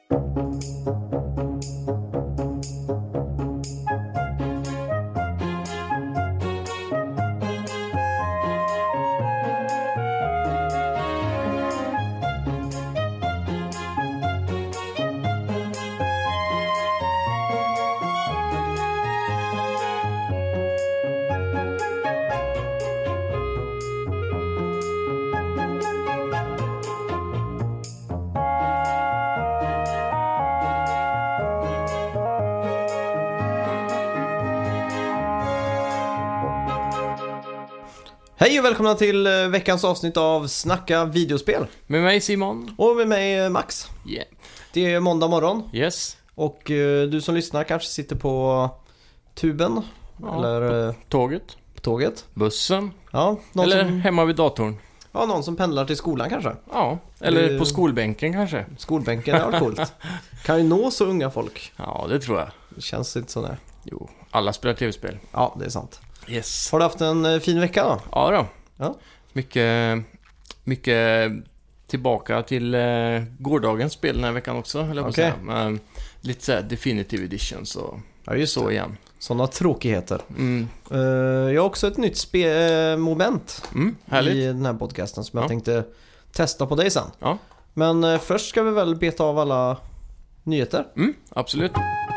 Hej och välkomna till veckans avsnitt av Snacka videospel. Med mig Simon. Och med mig Max. Yeah. Det är måndag morgon. Yes. Och du som lyssnar kanske sitter på tuben. Ja, eller på tåget. Bussen. Ja, Eller hemma vid datorn. Ja, någon som pendlar till skolan kanske. Ja, eller på skolbänken kanske. Skolbänken, det var coolt. Kan ju nå så unga folk. Ja, det tror jag. Det känns inte så där. Jo, alla spelar tv-spel. Ja, det är sant. Yes. Har du haft en fin vecka då? Ja då. Ja. Mycket tillbaka till gårdagens spel den här veckan också. Okej. Lite så här Definitive Edition så, Ja, just så det. igen. Sådana tråkigheter. Mm. Jag har också ett nytt moment Härligt. i den här podcasten som jag Ja. tänkte testa på dig sen. Ja. Men först ska vi väl beta av alla nyheter. Absolut.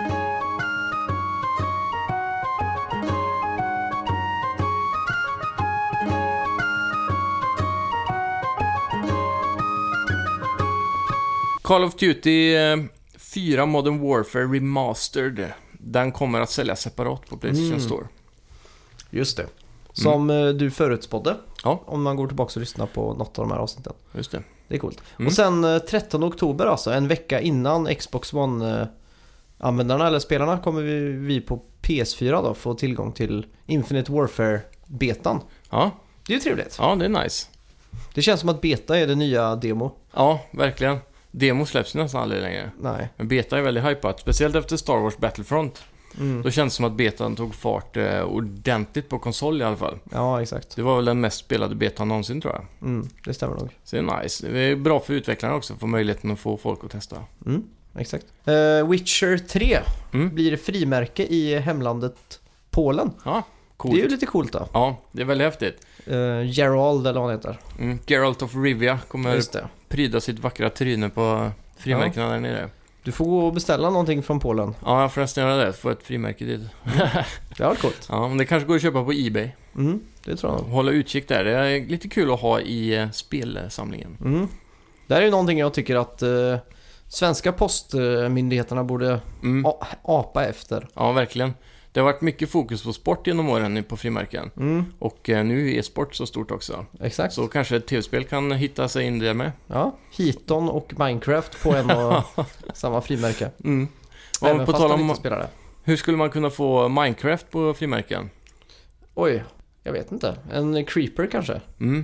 Call of Duty 4 Modern Warfare Remastered. Den kommer att säljas separat på PlayStation Store. Just det. Som du förutspådde. Ja. Om man går tillbaka och lyssnar på något av de här avsnitten. Just det. Det är coolt. Och sen 13 oktober alltså, en vecka innan Xbox One-användarna eller spelarna kommer vi på PS4 då få tillgång till Infinite Warfare-betan. Ja. Det är ju trevligt. Ja, det är nice. Det känns som att beta är det nya demo. Ja, verkligen. Demo släpps nästan aldrig längre. Nej. Men beta är väldigt hypat. Speciellt efter Star Wars Battlefront. Då känns det som att betan tog fart ordentligt på konsol i alla fall. Ja, exakt. Det var väl den mest spelade betan någonsin tror jag. Det stämmer nog. Så det är nice. Det är bra för utvecklarna också. Få möjligheten att få folk att testa. Exakt. Witcher 3 blir frimärke i hemlandet Polen. Ja, coolt. Det är ju lite coolt då. Ja, det är väldigt häftigt. Gerald eller vad han heter. Geralt of Rivia kommer Just det. pryda sitt vackra tryne på frimärkena där nere. Du får gå och beställa någonting från Polen. Ja, jag får nästan göra det. Få ett frimärke dit. Det har varit coolt. Ja, men det kanske går att köpa på eBay. Det tror jag. Hålla utkik där. Det är lite kul att ha i spelsamlingen. Det här är ju någonting jag tycker att svenska postmyndigheterna borde apa efter. Ja, verkligen. Det har varit mycket fokus på sport genom åren på frimärken. Och nu är sport så stort också. Exakt. Så kanske ett tv-spel kan hitta sig in där med. Ja, Heaton och Minecraft på en och samma frimärke. Och på tal om spelare. hur skulle man kunna få Minecraft på frimärken? Oj, jag vet inte. En creeper kanske.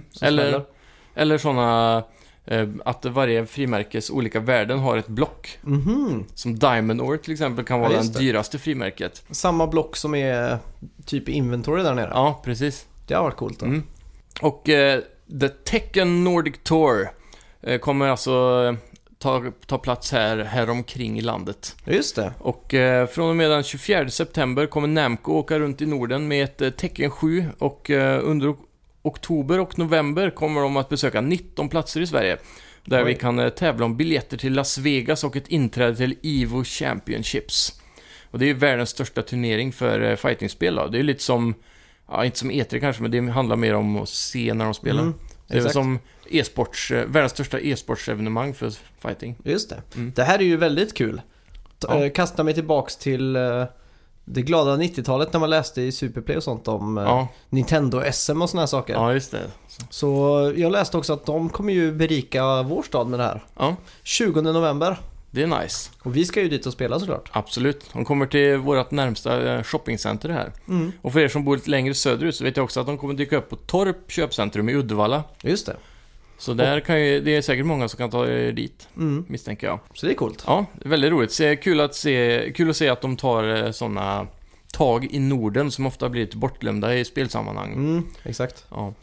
Eller sådana att varje frimärkes olika värden har ett block. Som Diamond Ore till exempel kan vara det dyraste frimärket. Samma block som är typ inventory där nere. Ja, precis. Det har varit coolt då. Och The Tekken Nordic Tour kommer alltså ta plats här omkring i landet. Just det. Och från och med den 24 september kommer Namco åka runt i Norden med ett Tekken 7 och under oktober och november kommer de att besöka 19 platser i Sverige där vi kan tävla om biljetter till Las Vegas och ett inträde till Evo Championships. Och det är världens största turnering för fightingspel då. Det är lite som, inte som E3 kanske, men det handlar mer om att se när de spelar. Det är väl som världens största e-sportsevenemang för fighting. Just det. Det här är ju väldigt kul. Kasta mig tillbaks till det glada 90-talet när man läste i Superplay och sånt om Nintendo SM och såna här saker. Ja, just det. Så jag läste också att de kommer ju berika vår stad med det här. Ja. 20 november. Det är nice. Och vi ska ju dit och spela såklart. Absolut. De kommer till vårt närmsta shoppingcenter här. Och för er som bor lite längre söderut så vet jag också att de kommer dyka upp på Torp köpcentrum i Uddevalla. Just det. Så där det är säkert många som kan ta er dit, misstänker jag. Så det är coolt. Ja, väldigt roligt. Kul att se att de tar sådana tag i Norden som ofta blir lite bortglömda i spelsammanhang. Exakt. Ja.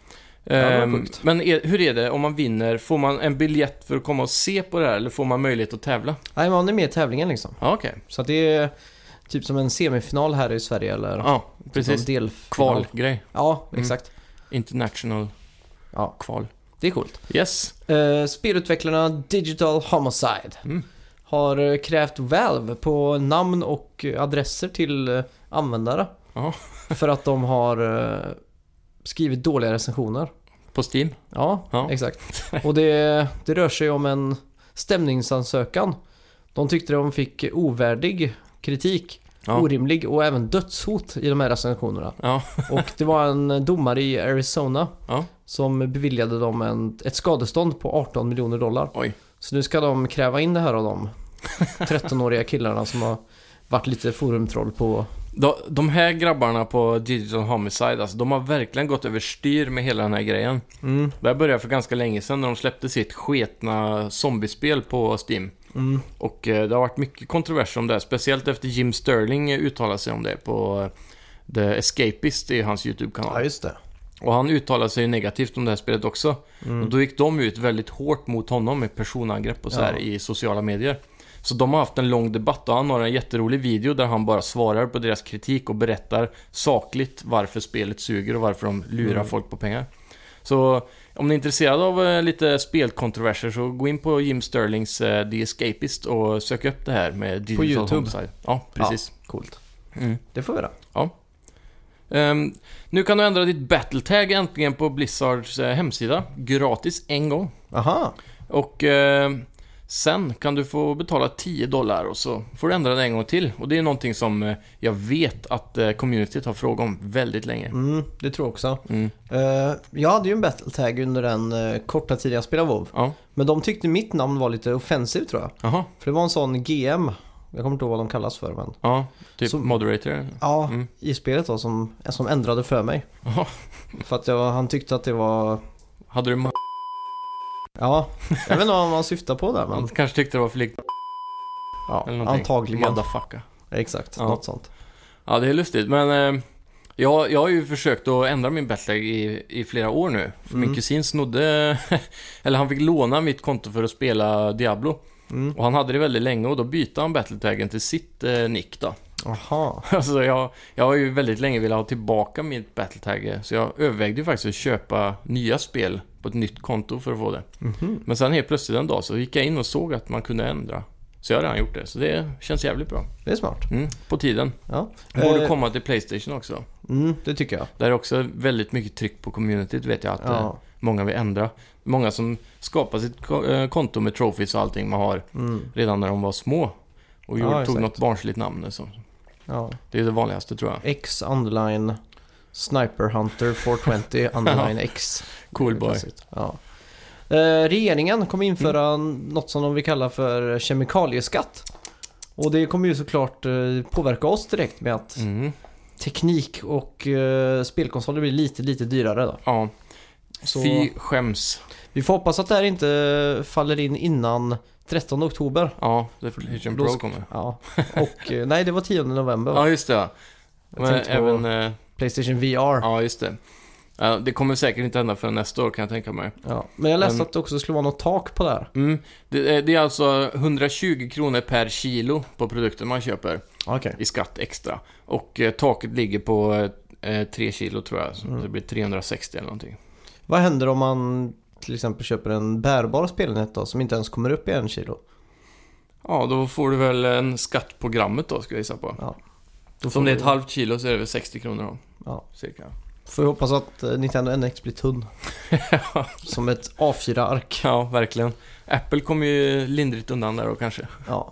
det var sjukt. Men hur är det om man vinner? Får man en biljett för att komma och se på det här eller får man möjlighet att tävla? Nej, man är med i tävlingen liksom. Ja, okej. Så att det är typ som en semifinal här i Sverige eller Ja, precis. typ en delfinal. Kvalgrej. Ja, exakt. International kval. Det är coolt. Yes. Spelutvecklarna Digital Homicide har krävt Valve på namn och adresser till användare. Ja. För att de har skrivit dåliga recensioner. På Steam? Ja, exakt. Och det rör sig om en stämningsansökan. De tyckte de fick ovärdig kritik, orimlig och även dödshot i de här recensionerna. Ja. Och det var en domare i Arizona som beviljade dem ett skadestånd på $18 miljoner. Oj. Så nu ska de kräva in det här av de 13-åriga killarna som har varit lite forumtroll på... De här grabbarna på Digital Homicide, alltså, de har verkligen gått över styr med hela den här grejen. Det började för ganska länge sedan när de släppte sitt sketna zombiespel på Steam. Och det har varit mycket kontroverser om det, speciellt efter Jim Sterling uttalade sig om det på The Escapist i hans YouTube-kanal. Ja, just det. Och han uttalade sig negativt om det här spelet också. Och då gick de ut väldigt hårt mot honom med personangrepp och så här i sociala medier. Så de har haft en lång debatt och han har en jätterolig video där han bara svarar på deras kritik och berättar sakligt varför spelet suger och varför de lurar folk på pengar. Så om ni är intresserade av lite spelkontroverser så gå in på Jim Sterlings The Escapist och sök upp det här med Digital på YouTube. Homicide. Ja, precis. Ja, coolt. Det får vi göra. Ja. Nu kan du ändra ditt Battletag äntligen på Blizzards hemsida. Gratis en gång. Aha. Och sen kan du få betala $10 och så får du ändra det en gång till. Och det är någonting som jag vet att communityt har frågat om väldigt länge. Det tror jag också. Jag hade ju en Battletag under den korta tiden jag spelade WoW. Ja. Men de tyckte mitt namn var lite offensivt tror jag. Aha. För det var en sån GM. Jag kommer inte ihåg vad de kallas för. Men... Ja, typ moderator. Ja, i spelet då som ändrade för mig. Aha. För att han tyckte att det var... Hade du Ja, jag vet inte vad man syftar på där. Men... Han kanske tyckte det var för likt. Ja, eller antagligen. Motherfucker. Exakt, något sånt. Ja, det är lustigt. Men jag har ju försökt att ändra min Battletag i flera år nu. För min kusin snodde... eller han fick låna mitt konto för att spela Diablo. Och han hade det väldigt länge och då bytte han Battletaggen till sitt nick då. Aha. Alltså jag har ju väldigt länge velat ha tillbaka mitt Battletag. Så jag övervägde ju faktiskt att köpa nya spel på ett nytt konto för att få det. Men sen helt plötsligt en dag så gick jag in och såg att man kunde ändra. Så jag har redan gjort det. Så det känns jävligt bra. Det är smart. På tiden. Ja. Det borde komma till PlayStation också. Det tycker jag. Där är också väldigt mycket tryck på communityt vet jag att många vill ändra. Många som skapar sitt konto med trophies och allting man har redan när de var små. Och tog något barnsligt namn. Så. Ja. Det är det vanligaste tror jag. X underline Sniper Hunter 420 underline X. Cool boy. Ja. Regeringen kommer införa något som de vill kalla för kemikalieskatt. Och det kommer ju såklart påverka oss direkt med att teknik och spelkonsoler blir lite dyrare då. Ja. Fy skäms. Vi får hoppas att det här inte faller in innan 13 oktober. Ja, det är PlayStation Pro kommer. Ja. Och nej, det var 10 november. Ja, just det. Men även PlayStation VR. Ja, just det. Det kommer säkert inte hända för nästa år kan jag tänka mig. Ja, men jag läste att det också skulle vara något tak på det här. Det är alltså 120 kronor per kilo på produkten man köper i skatt extra. Och taket ligger på 3 kilo tror jag. Så det blir 360 eller någonting. Vad händer om man till exempel köper en bärbar spelenhet då, som inte ens kommer upp i 1 kilo? Ja, då får du väl en skatt på grammet då, ska jag gissa på. Ja. Så om det är ett halvt kilo så är det väl 60 kronor då. Ja. Cirka. Får jag hoppas att Nintendo NX blir tunn. Som ett A4-ark. Ja, verkligen. Apple kommer ju lindrigt undan där då kanske. Ja.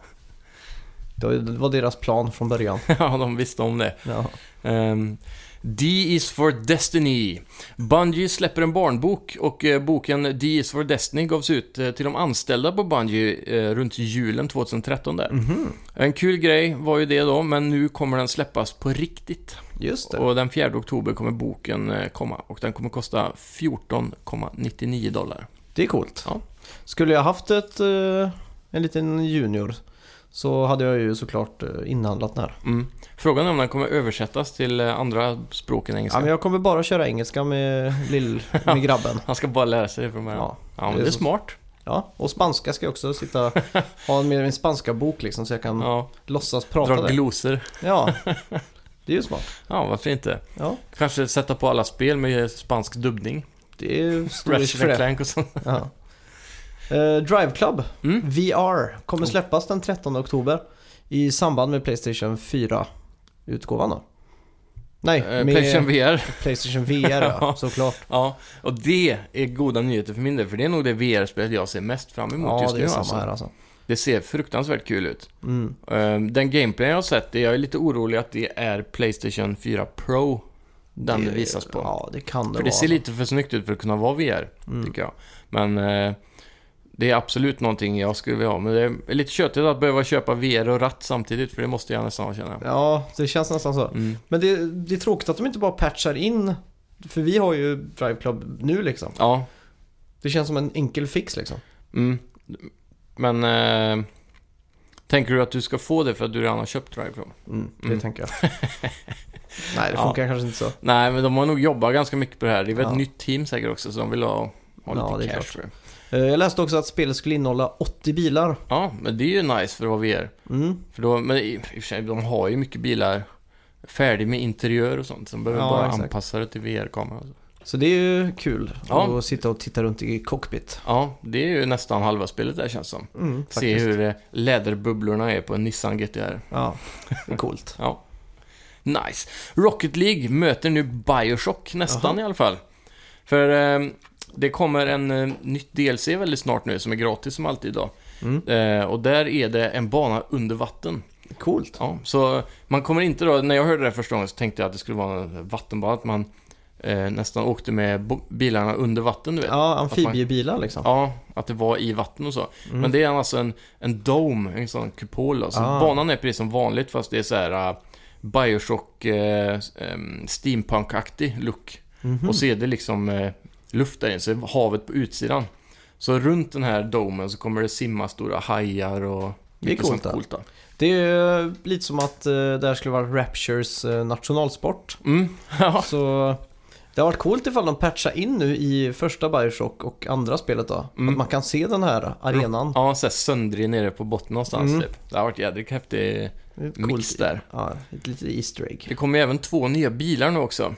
Det var deras plan från början. Ja, de visste om det. Ja. D is for Destiny. Bungie släpper en barnbok och boken D is for Destiny gavs ut till de anställda på Bungie runt julen 2013 där. En kul grej var ju det då, men nu kommer den släppas på riktigt. Just det. Och den 4 oktober kommer boken komma och den kommer kosta $14,99. Det är coolt. Ja. Skulle jag haft en liten junior så hade jag ju såklart inhandlat den här. Frågan är om den kommer översättas till andra språk än engelska. Ja, men jag kommer bara köra engelska med med grabben. Han ska bara lära sig det från början. Ja, men det är smart. Ja, och spanska ska jag också ha med min spanska bok liksom, så jag kan låtsas prata dra glosor. Ja, det är ju smart. Ja, varför inte? Ja. Kanske sätta på alla spel med spansk dubbning. Det är ju stor för det. Clank och sånt. Ja. Drive Club VR kommer släppas den 13 oktober i samband med PlayStation 4-utgåvan då. Nej, med PlayStation VR, ja, såklart. Ja, och det är goda nyheter för min del, för det är nog det VR-spelet jag ser mest fram emot just nu. Ja, det är samma här alltså. Det ser fruktansvärt kul ut. Den gameplay jag har sett, jag är lite orolig att det är PlayStation 4 Pro den det visas på. Ja, det kan det för vara. Det ser lite för snyggt ut för att kunna vara VR, tycker jag. Men det är absolut någonting jag skulle vilja ha. Men det är lite köttigt att behöva köpa VR och ratt samtidigt, för det måste jag nästan känna. Ja, det känns nästan så. Men det är tråkigt att de inte bara patchar in, för vi har ju Drive Club nu liksom. Ja. Det känns som en enkel fix liksom. Men tänker du att du ska få det för att du redan har köpt Drive Club? Det tänker jag. Nej, det funkar kanske inte så. Nej, men de har nog jobbat ganska mycket på det här. Det är väl ett nytt team säkert också, så de vill ha lite cash för det. Jag läste också att spelet skulle innehålla 80 bilar. Ja, men det är ju nice för att vara VR. För då, men i och för sig, de har ju mycket bilar färdig med interiör och sånt. Så de behöver bara anpassa det till VR-kameran. Så det är ju kul att sitta och titta runt i cockpit. Ja, det är ju nästan halva spelet där, känns som. Se hur läderbubblorna är på en Nissan GT-R. Ja, det är coolt. Ja. Nice. Rocket League möter nu BioShock nästan i alla fall. För det kommer en nytt DLC väldigt snart nu som är gratis som alltid idag. Och där är det en bana under vatten. Coolt. Ja, så man kommer inte då, när jag hörde det första gången så tänkte jag att det skulle vara en vattenbana, att man nästan åkte med bilarna under vatten, du vet. Ja, amfibiebilar liksom. Ja, att det var i vatten och så. Men det är alltså en dome, en sån kupol då. Så banan är precis som vanligt, fast det är så här BioShock steampunk-aktig look. Och så är det liksom luft där inne, så är havet på utsidan. Så runt den här domen så kommer det simma stora hajar och det är coolt då. Det är lite som att det här skulle vara Raptures nationalsport. Så det har varit coolt ifall de patchar in nu i första BioShock och andra spelet då. Att man kan se den här arenan. Ja, så här söndrig nere på botten någonstans typ. Det har varit jädrigt häftig mix där. Ja, ett litet Easter egg. Det kommer även 2 nya bilar nu också.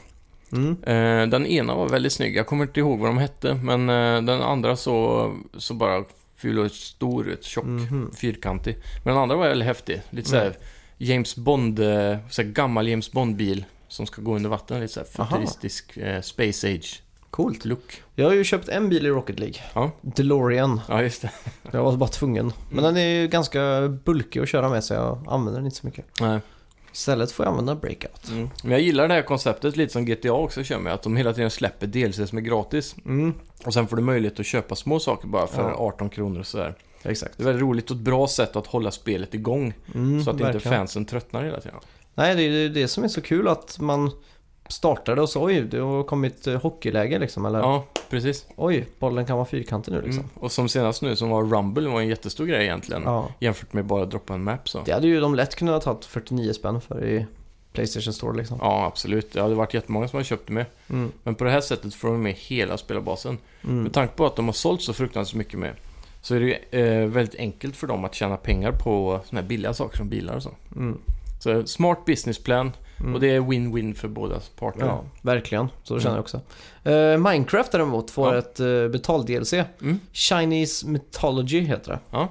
Den ena var väldigt snygg. Jag kommer inte ihåg vad de hette, men den andra så bara fyller stor ut, tjock, fyrkantig. Men den andra var väldigt häftig. Lite så här James Bond, så här gammal James Bond-bil som ska gå under vatten, lite så här futuristisk Space Age. Coolt Look. Jag har ju köpt en bil i Rocket League. DeLorean. Ja, just det. Jag var bara tvungen. Men den är ju ganska bulkig att köra med, så jag använder den inte så mycket. Nej. Istället får jag använda Breakout. Men jag gillar det här konceptet lite som GTA också kör med. Att de hela tiden släpper DLC som är gratis. Och sen får du möjlighet att köpa små saker bara för 18 kronor och sådär. Exakt. Det är väldigt roligt och ett bra sätt att hålla spelet igång. Så att inte fansen tröttnar hela tiden. Nej, det är det som är så kul, att man startade och så, det har kommit hockeyläge liksom, eller? Ja, precis. Oj, bollen kan vara fyrkantig nu liksom. Och som senast nu som var Rumble var en jättestor grej egentligen. Jämfört med bara droppa en map så. Det hade ju de lätt kunnat ha tagit 49 spänn för i PlayStation Store liksom. Ja, absolut. Det hade varit jättemånga som har köpt det med. Men på det här sättet får de med hela spelarbasen. Med tanke på att de har sålt så fruktansvärt mycket med, så är det ju väldigt enkelt för dem att tjäna pengar på såna här billiga saker som bilar och så. Så smart businessplan. Och det är win-win för båda parter. Ja, verkligen. Så känner jag också. Minecraft däremot får ett betal-DLC. Chinese Mythology heter det. Ja.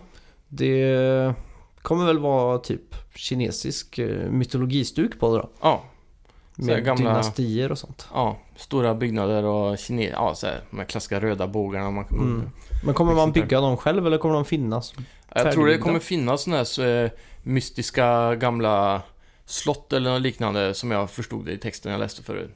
Det kommer väl vara typ kinesisk mytologistuk på det då. Ja. Med gamla dynastier och sånt. Ja, stora byggnader och så här, de klassiska röda bågarna. Men kommer man bygga dem själv eller kommer de finnas? Jag tror det kommer finnas såna här mystiska gamla slott eller något liknande, som jag förstod det i texten jag läste förut.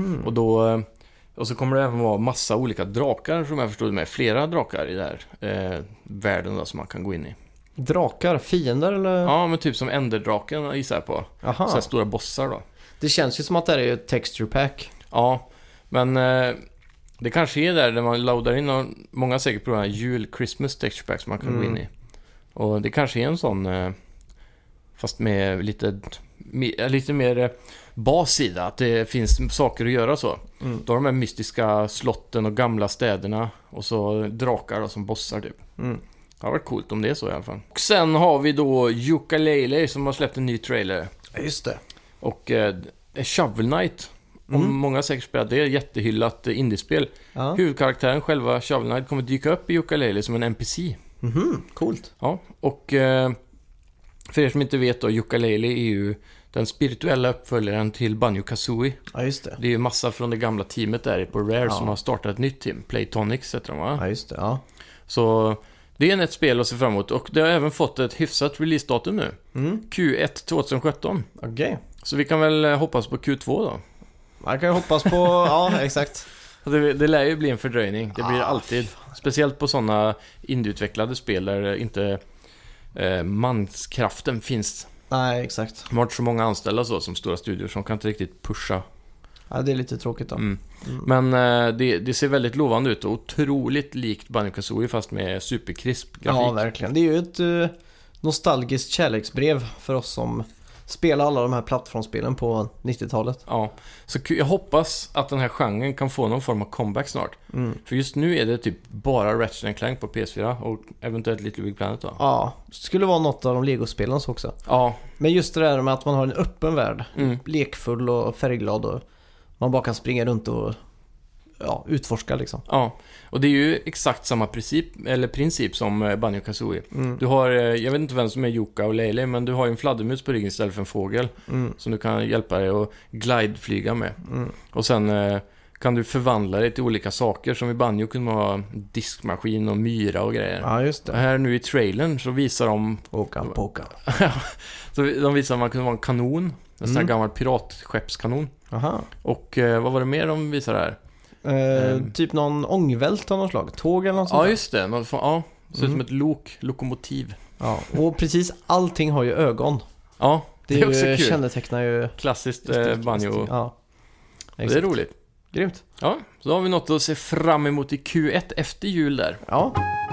Och så kommer det även vara massa olika drakar som jag förstod det med. Flera drakar i den här världen då, som man kan gå in i. Drakar? Fiender eller? Ja, men typ som Enderdraken gissar jag på. Så här stora bossar då. Det känns ju som att det är ett texture pack. Ja, men det kanske är där man loadar in, och många säkert på den här jul Christmas texture pack som man kan gå in i. Och det kanske är en sån Fast med lite mer bassida, att det finns saker att göra så. Då har de här mystiska slotten och gamla städerna och så drakar då, som bossar typ. Det har varit coolt om det är så i alla fall. Och sen har vi då Yooka-Laylee som har släppt en ny trailer. Ja, just det. Och Shovel Knight. Om många säkert spelat det, är jättehyllat indiespel. Ja. Huvudkaraktären själva, Shovel Knight, kommer dyka upp i Yooka-Laylee som en NPC. Coolt. Ja, och för er som inte vet då, Yooka-Laylee är ju den spirituella uppföljaren till Banjo-Kazooie. Ja, just det. Det är ju massa från det gamla teamet där på Rare som har startat ett nytt team. Playtonics heter de, va? Ja, just det. Ja. Så det är ett spel att se fram emot. Och det har även fått ett hyfsat releasedatum nu. Q1 2017. Okej. Så vi kan väl hoppas på Q2 då. Man kan ju hoppas på... ja, exakt. Det lär ju bli en fördröjning. Det blir alltid. Speciellt på sådana indieutvecklade spel där inte manskraften finns. Nej, exakt. De har inte så många anställda så, som stora studior som kan inte riktigt pusha. Ja, det är lite tråkigt då. Men det ser väldigt lovande ut och otroligt likt Banjo-Kazooie fast med superkrisp grafik. Ja, verkligen. Det är ju ett nostalgiskt kärleksbrev för oss som spelar alla de här plattformsspelen på 90-talet. Ja, så jag hoppas att den här genren kan få någon form av comeback snart. För just nu är det typ bara Ratchet & Clank på PS4 och eventuellt Little Big Planet då. Ja, skulle vara något av de Lego-spelen så också. Ja. Men just det där med att man har en öppen värld, lekfull och färgglad och man bara kan springa runt och utforska liksom. Ja, och det är ju exakt samma princip som Banjo-Kazooie. Du har, jag vet inte vem som är Yooka och Laylee, men du har ju en fladdermus på ryggen istället för en fågel som du kan hjälpa dig att glideflyga med. Och sen kan du förvandla dig till olika saker, som i Banjo kunde man ha diskmaskin och myra och grejer. Ja, just det. Och här nu i trailern så visar de... Poka. Så de visar att man kunde vara en kanon, en sån här gammal piratskeppskanon. Aha. Och vad var det mer de visade här? Typ någon ångvält av något slag. Tåg eller något sånt. Ja, just det. Ser ut som ett lokomotiv. Ja, och precis allting har ju ögon. Ja, det är också kul. Kännetecknar ju... Klassiskt Banjo. Ja, det är roligt. Grymt. Ja, så har vi något att se fram emot i Q1 efter jul där. Ja.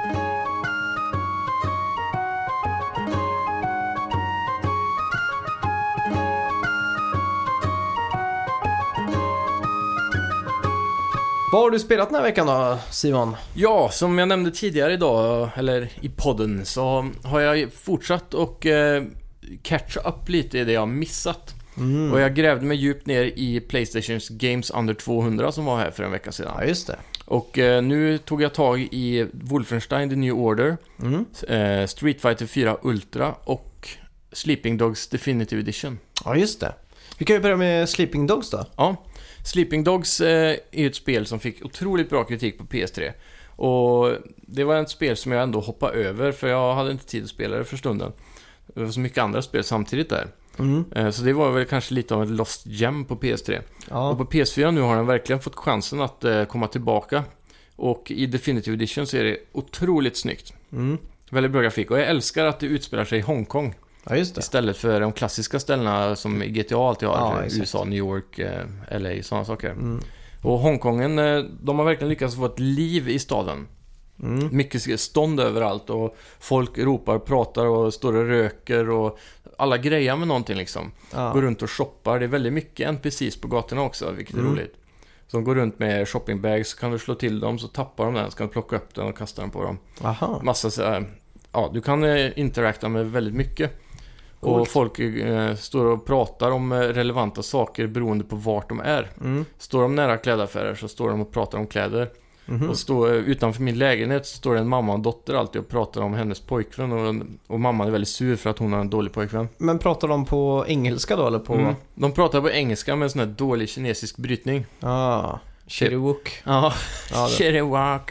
Vad har du spelat den här veckan då, Simon? Ja, som jag nämnde tidigare idag, eller i podden, så har jag fortsatt och catcha upp lite i det jag har missat. Och jag grävde mig djupt ner i PlayStations Games Under 200 som var här för en vecka sedan. Ja, just det. Och nu tog jag tag i Wolfenstein The New Order, Street Fighter 4 Ultra och Sleeping Dogs Definitive Edition. Ja, just det. Vi kan ju börja med Sleeping Dogs då. Ja, Sleeping Dogs är ett spel som fick otroligt bra kritik på PS3. Och det var ett spel som jag ändå hoppade över, för jag hade inte tid att spela det för stunden. Det var så mycket andra spel samtidigt där. Så det var väl kanske lite av ett lost gem på PS3. Ja. Och på PS4 nu har den verkligen fått chansen att komma tillbaka. Och i Definitive Edition så är det otroligt snyggt. Väldigt bra grafik. Och jag älskar att det utspelar sig i Hongkong. Ja, just det. Istället för de klassiska ställena som GTA alltid har. Ja, USA, New York, LA, sådana saker. Och Hongkongen, de har verkligen lyckats få ett liv i staden. Mycket stånd överallt och folk ropar, pratar och står och röker och alla grejer med någonting liksom. Går runt och shoppar. Det är väldigt mycket NPCs på gatorna också, vilket är roligt. Som går runt med shoppingbags, så kan du slå till dem, så tappar de den, så kan du plocka upp den och kasta den på dem. Aha. Massa så här, du kan interagera med väldigt mycket. Coolt. Och folk står och pratar om relevanta saker beroende på vart de är. Står de nära klädaffärer så står de och pratar om kläder. Och utanför min lägenhet så står det en mamma och en dotter alltid och pratar om hennes pojkvän. Och mamman är väldigt sur för att hon har en dålig pojkvän. Men pratar de på engelska då, eller på... De pratar på engelska med en sån här dålig kinesisk brytning. Chiriwok. Ja, Chiriwok.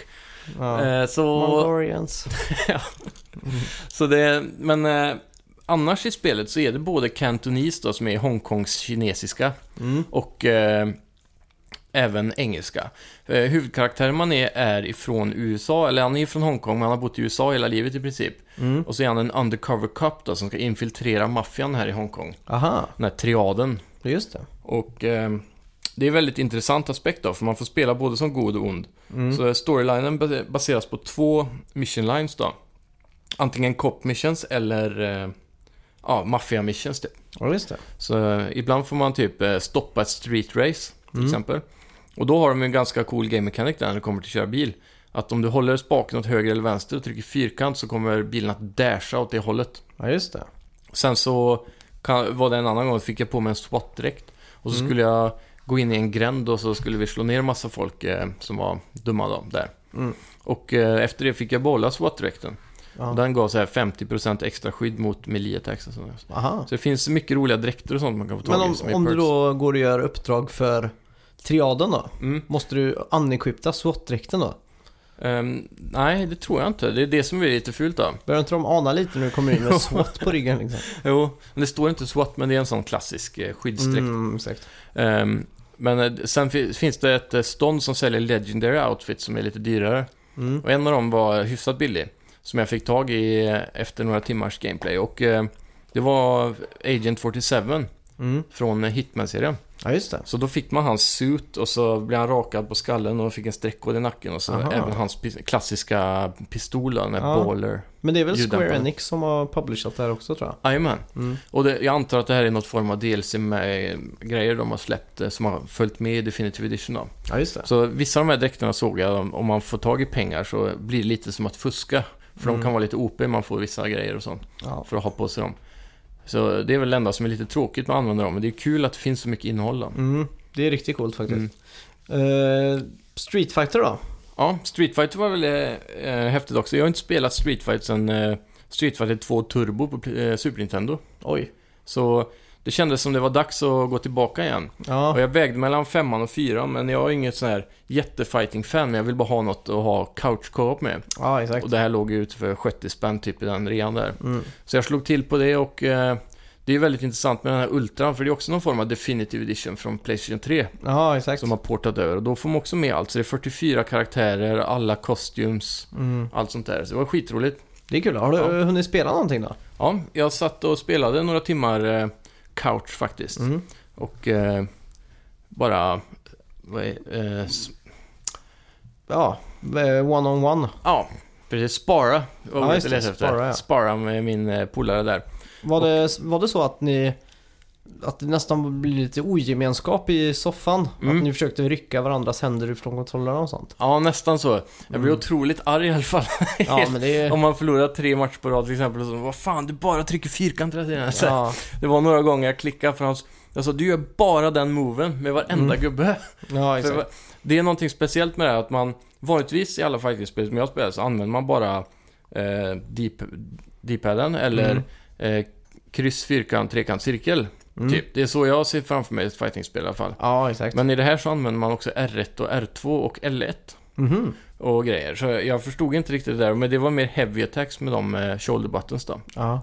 Mongolians. Ja. Så det... Men... annars i spelet så är det både Cantonese då, som är Hongkongs kinesiska och även engelska. Huvudkaraktären man är ifrån USA, eller han är från Hongkong, men han har bott i USA hela livet i princip. Och så är han en undercover cop då, som ska infiltrera maffian här i Hongkong. Aha. Den här triaden. Just det. Och det är en väldigt intressant aspekt då, för man får spela både som god och ond. Så storylinen baseras på 2 mission lines då. Antingen cop missions eller mafia missions typ. Ja, just det. Så ibland får man typ stoppa ett street race till exempel. Och då har de en ganska cool game mechanic där när det kommer till att köra bil. Att om du håller spaken åt höger eller vänster och trycker fyrkant så kommer bilen att dasha åt det hållet. Ja, just det. Sen så var det en annan gång fick jag på mig en SWAT-dräkt. Och så skulle jag gå in i en gränd och så skulle vi slå ner en massa folk som var dumma då, där. Och efter det fick jag behålla SWAT-dräkten. Och den gav så här 50% extra skydd mot melee-attacks och sånt. Så det finns mycket roliga dräkter och sånt man kan få tag i. Men om du då går och gör uppdrag för triaden då, måste du unequipta SWAT-dräkten då? Nej, det tror jag inte. Det är det som är lite fult då. Börjar inte de ana lite när du kommer in med SWAT på ryggen liksom? Jo, men det står inte SWAT, men det är en sån klassisk skyddsdräkt. Exakt. Men sen finns det ett stånd som säljer Legendary outfits som är lite dyrare. Och en av dem var hyfsat billig, som jag fick tag i efter några timmars gameplay. Och det var Agent 47 från Hitman-serien. Ja, just det. Så då fick man hans suit och så blev han rakad på skallen och fick en streckkod i nacken. Och så även hans klassiska pistol, en baller. Men det är väl Square Enix som har publishat det här också, tror jag. Jajamän. Och jag antar att det här är något form av DLC med grejer de har släppt som har följt med i Definitive Edition då. Ja, just det. Så vissa av de här dräkterna såg jag, om man får tag i pengar så blir det lite som att fuska. För de kan vara lite OP, man får vissa grejer och sånt för att ha på sig dem. Så det är väl det enda som är lite tråkigt med att använda dem. Men det är kul att det finns så mycket innehåll då. Det är riktigt coolt faktiskt. Street Fighter då? Ja, Street Fighter var väl häftigt också. Jag har inte spelat Street Fighter sedan Street Fighter 2 Turbo på Super Nintendo. Oj. Så det kändes som det var dags att gå tillbaka igen. Och jag vägde mellan 5 och 4, men jag är inget sån här jättefighting-fan, men jag vill bara ha något att ha couch co-op med. Ja, exakt. Och det här låg ut för 70 spänn typ i den rean där. Så jag slog till på det och det är väldigt intressant med den här Ultran, för det är också någon form av Definitive Edition från PlayStation 3. Ja, exakt. Som har portat över, och då får man också med allt. Så det är 44 karaktärer, alla costumes, allt sånt där. Så det var skitroligt. Det är kul. Har du hunnit spela någonting då? Ja, jag satt och spelade några timmar couch faktiskt. Och bara one-on-one. Ja, precis. Spara. Ja, just det, spara med min polare där. Var det så att det nästan blir lite ogemenskap i soffan? Att ni försökte rycka varandras händer från kontrollerna och sånt? Ja, nästan så. Jag blir otroligt arg i alla fall. Ja, men om man förlorar 3 matcher på rad till exempel, och så, vad fan, du bara trycker fyrkant hela tiden. Ja. Det var några gånger jag klickade för hans. Jag sa, du gör bara den moven med varenda gubbe. Ja, exakt. Det är någonting speciellt med det här, att man vanligtvis i alla fighting-spel som jag spelar så använder man bara D-paden eller kryss, fyrkant, trekant, cirkel. Typ. Det är så jag ser framför mig ett fighting-spel i alla fall. Ja, exakt. Men i det här så använder man också R1 och R2 och L1 och grejer. Så jag förstod inte riktigt det där, men det var mer heavy attacks med de shoulder buttons då. Ja.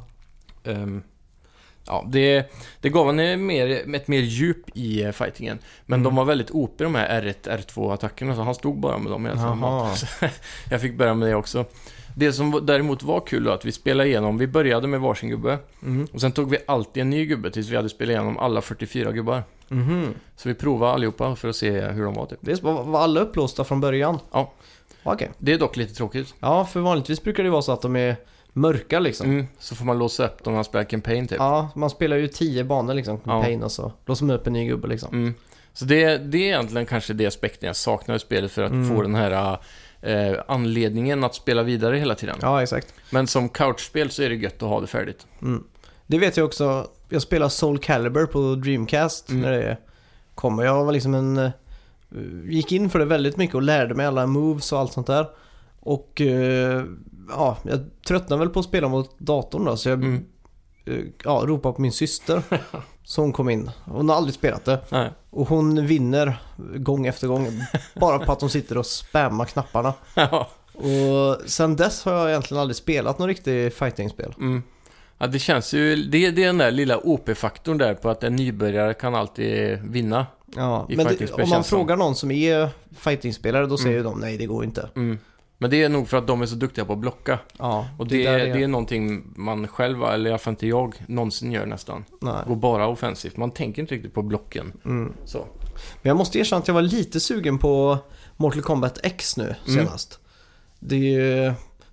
Ja, det gav en ett mer djup i fightingen. Men de var väldigt OP, de här R1, R2-attackerna, så han stod bara med dem. Jag fick börja med det också. Det som däremot var kul då, att vi spelade igenom, vi började med varsin gubbe. Och sen tog vi alltid en ny gubbe tills vi hade spelat igenom alla 44 gubbar. Så vi provade allihopa för att se hur de var typ. Det var alla upplåsta från början? Ja. Okay. Det är dock lite tråkigt. Ja, för vanligtvis brukar det vara så att de är mörka liksom. Så får man låsa upp dem när man spelar campaign typ. Ja, man spelar ju 10 banor liksom, campaign och så låser man upp en ny gubbe liksom. Så det är egentligen kanske det aspekten jag saknar i spelet för att få den här anledningen att spela vidare hela tiden. Ja, exakt. Men som couchspel så är det gött att ha det färdigt. Det vet jag också. Jag spelar Soul Calibur på Dreamcast när det kommer. Jag var liksom gick in för det väldigt mycket och lärde mig alla moves och allt sånt där. Och jag tröttnade väl på att spela mot datorn då, så jag ropade på min syster så hon kom in. Hon har aldrig spelat det. Nej. Och hon vinner gång efter gång bara på att hon sitter och spammar knapparna. Och sen dess har jag egentligen aldrig spelat någon riktig fighting-spel. Ja, det känns ju, det är den där lilla OP-faktorn där på att en nybörjare kan alltid vinna. Ja, men om man frågar någon som är fighting-spelare, då säger de nej, det går inte. Men det är nog för att de är så duktiga på att blocka. Ja, och det är någonting man själv, eller i alla fall inte jag, någonsin gör nästan. Nej. Går bara offensivt. Man tänker inte riktigt på blocken. Så. Men jag måste erkänna att jag var lite sugen på Mortal Kombat X nu senast.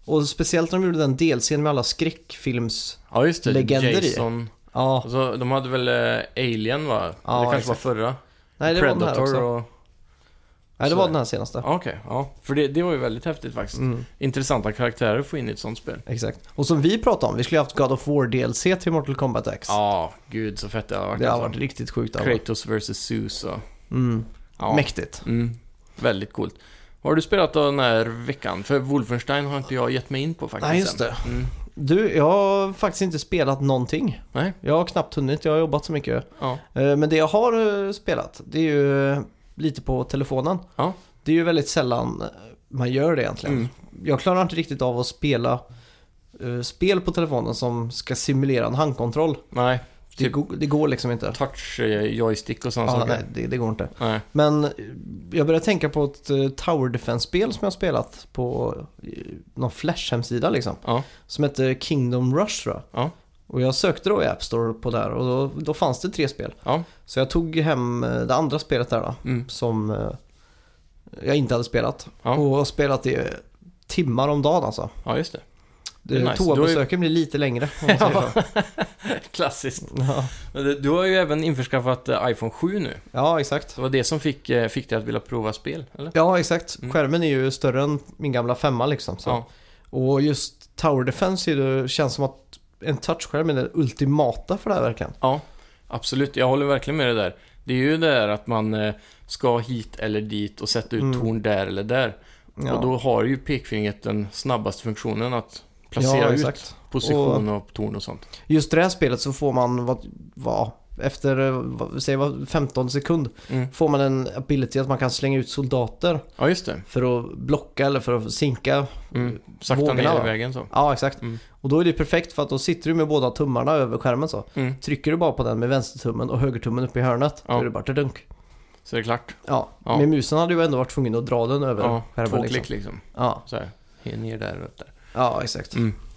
Och speciellt när de gjorde den delscenen med alla skräckfilms... Ja, just det. Legender i. Jason. Ja. Och så, de hade väl Alien, va? Ja, det kanske exakt. var förra. Nej, det var den här Predator också. och... Nej, det så. var den här senaste. Okej, ja. För det var ju väldigt häftigt faktiskt. Intressanta karaktärer att få in i ett sånt spel. Exakt. Och som vi pratade om, vi skulle haft God of War DLC till Mortal Kombat X. Ja, gud så fett det har varit. Det har alltså. varit riktigt sjukt. Kratos vs. Zeus och... Ja. Mäktigt. Väldigt coolt. Vad har du spelat då den här veckan? För Wolfenstein har inte jag gett mig in på faktiskt. Nej, just det. Du, jag har faktiskt inte spelat någonting. Nej. Jag har knappt hunnit, jag har jobbat så mycket. Ja. Men det jag har spelat, det är ju lite på telefonen. Ja. Det är ju väldigt sällan man gör det egentligen. Jag klarar inte riktigt av att spela spel på telefonen som ska simulera en handkontroll. Nej. Det går liksom inte. Touch, joystick och sådana saker. Nej, det går inte. Nej. Men jag började tänka på ett Tower Defense-spel som jag har spelat på någon Flash-hemsida liksom. Ja. Som heter Kingdom Rush, tror jag. Ja. Och jag sökte då i App Store på där och då fanns det 3 spel. Ja. Så jag tog hem det andra spelet där då, som jag inte hade spelat. Ja. Och har spelat det timmar om dagen alltså. Ja, just det. Det är nice. Toabesöken blir lite längre, om man säger så. Klassiskt. Ja. Du har ju även införskaffat iPhone 7 nu. Ja, exakt. Det var det som fick dig att vilja prova spel, eller? Ja, exakt. Skärmen är ju större än min gamla 5 liksom. Så. Ja. Och just Tower Defense det känns som att en touchskärm är den ultimata för det här verkligen. Ja, absolut. Jag håller verkligen med det där. Det är ju det där att man ska hit eller dit och sätta ut torn där eller där. Ja. Och då har ju pekfingret den snabbaste funktionen att placera ut position och torn och sånt. Just det här spelet så får man efter 15 sekund får man en ability att man kan slänga ut soldater. Ja, just det. För att blocka eller för att sinka sakta vågorna, ner i vägen så. Ja, exakt. Och då är det perfekt för att då sitter du med båda tummarna över skärmen så. Trycker du bara på den med vänstertummen och högertummen uppe i hörnet. Då är det bara till dunk. Så är det klart. Ja, med musen hade du ändå varit tvungen att dra den över skärmen. 2 klick liksom. Ja. Så här, ner där och upp där. Ja, exakt.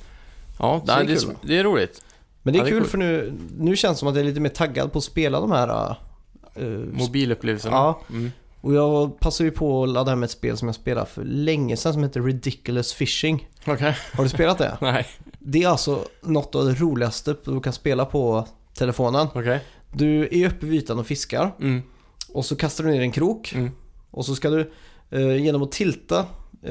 Ja, det är roligt. Men det är kul för nu känns det som att jag är lite mer taggad på att spela de här mobilupplevelserna. Ja. Och jag passar ju på att ladda hem ett spel som jag spelade för länge sedan som heter Ridiculous Fishing. Okej. Har du spelat det? Nej. Det är alltså något av det roligaste du kan spela på telefonen. Okej. Du är uppe vid ytan och fiskar. Och så kastar du ner en krok. Och så ska du genom att tilta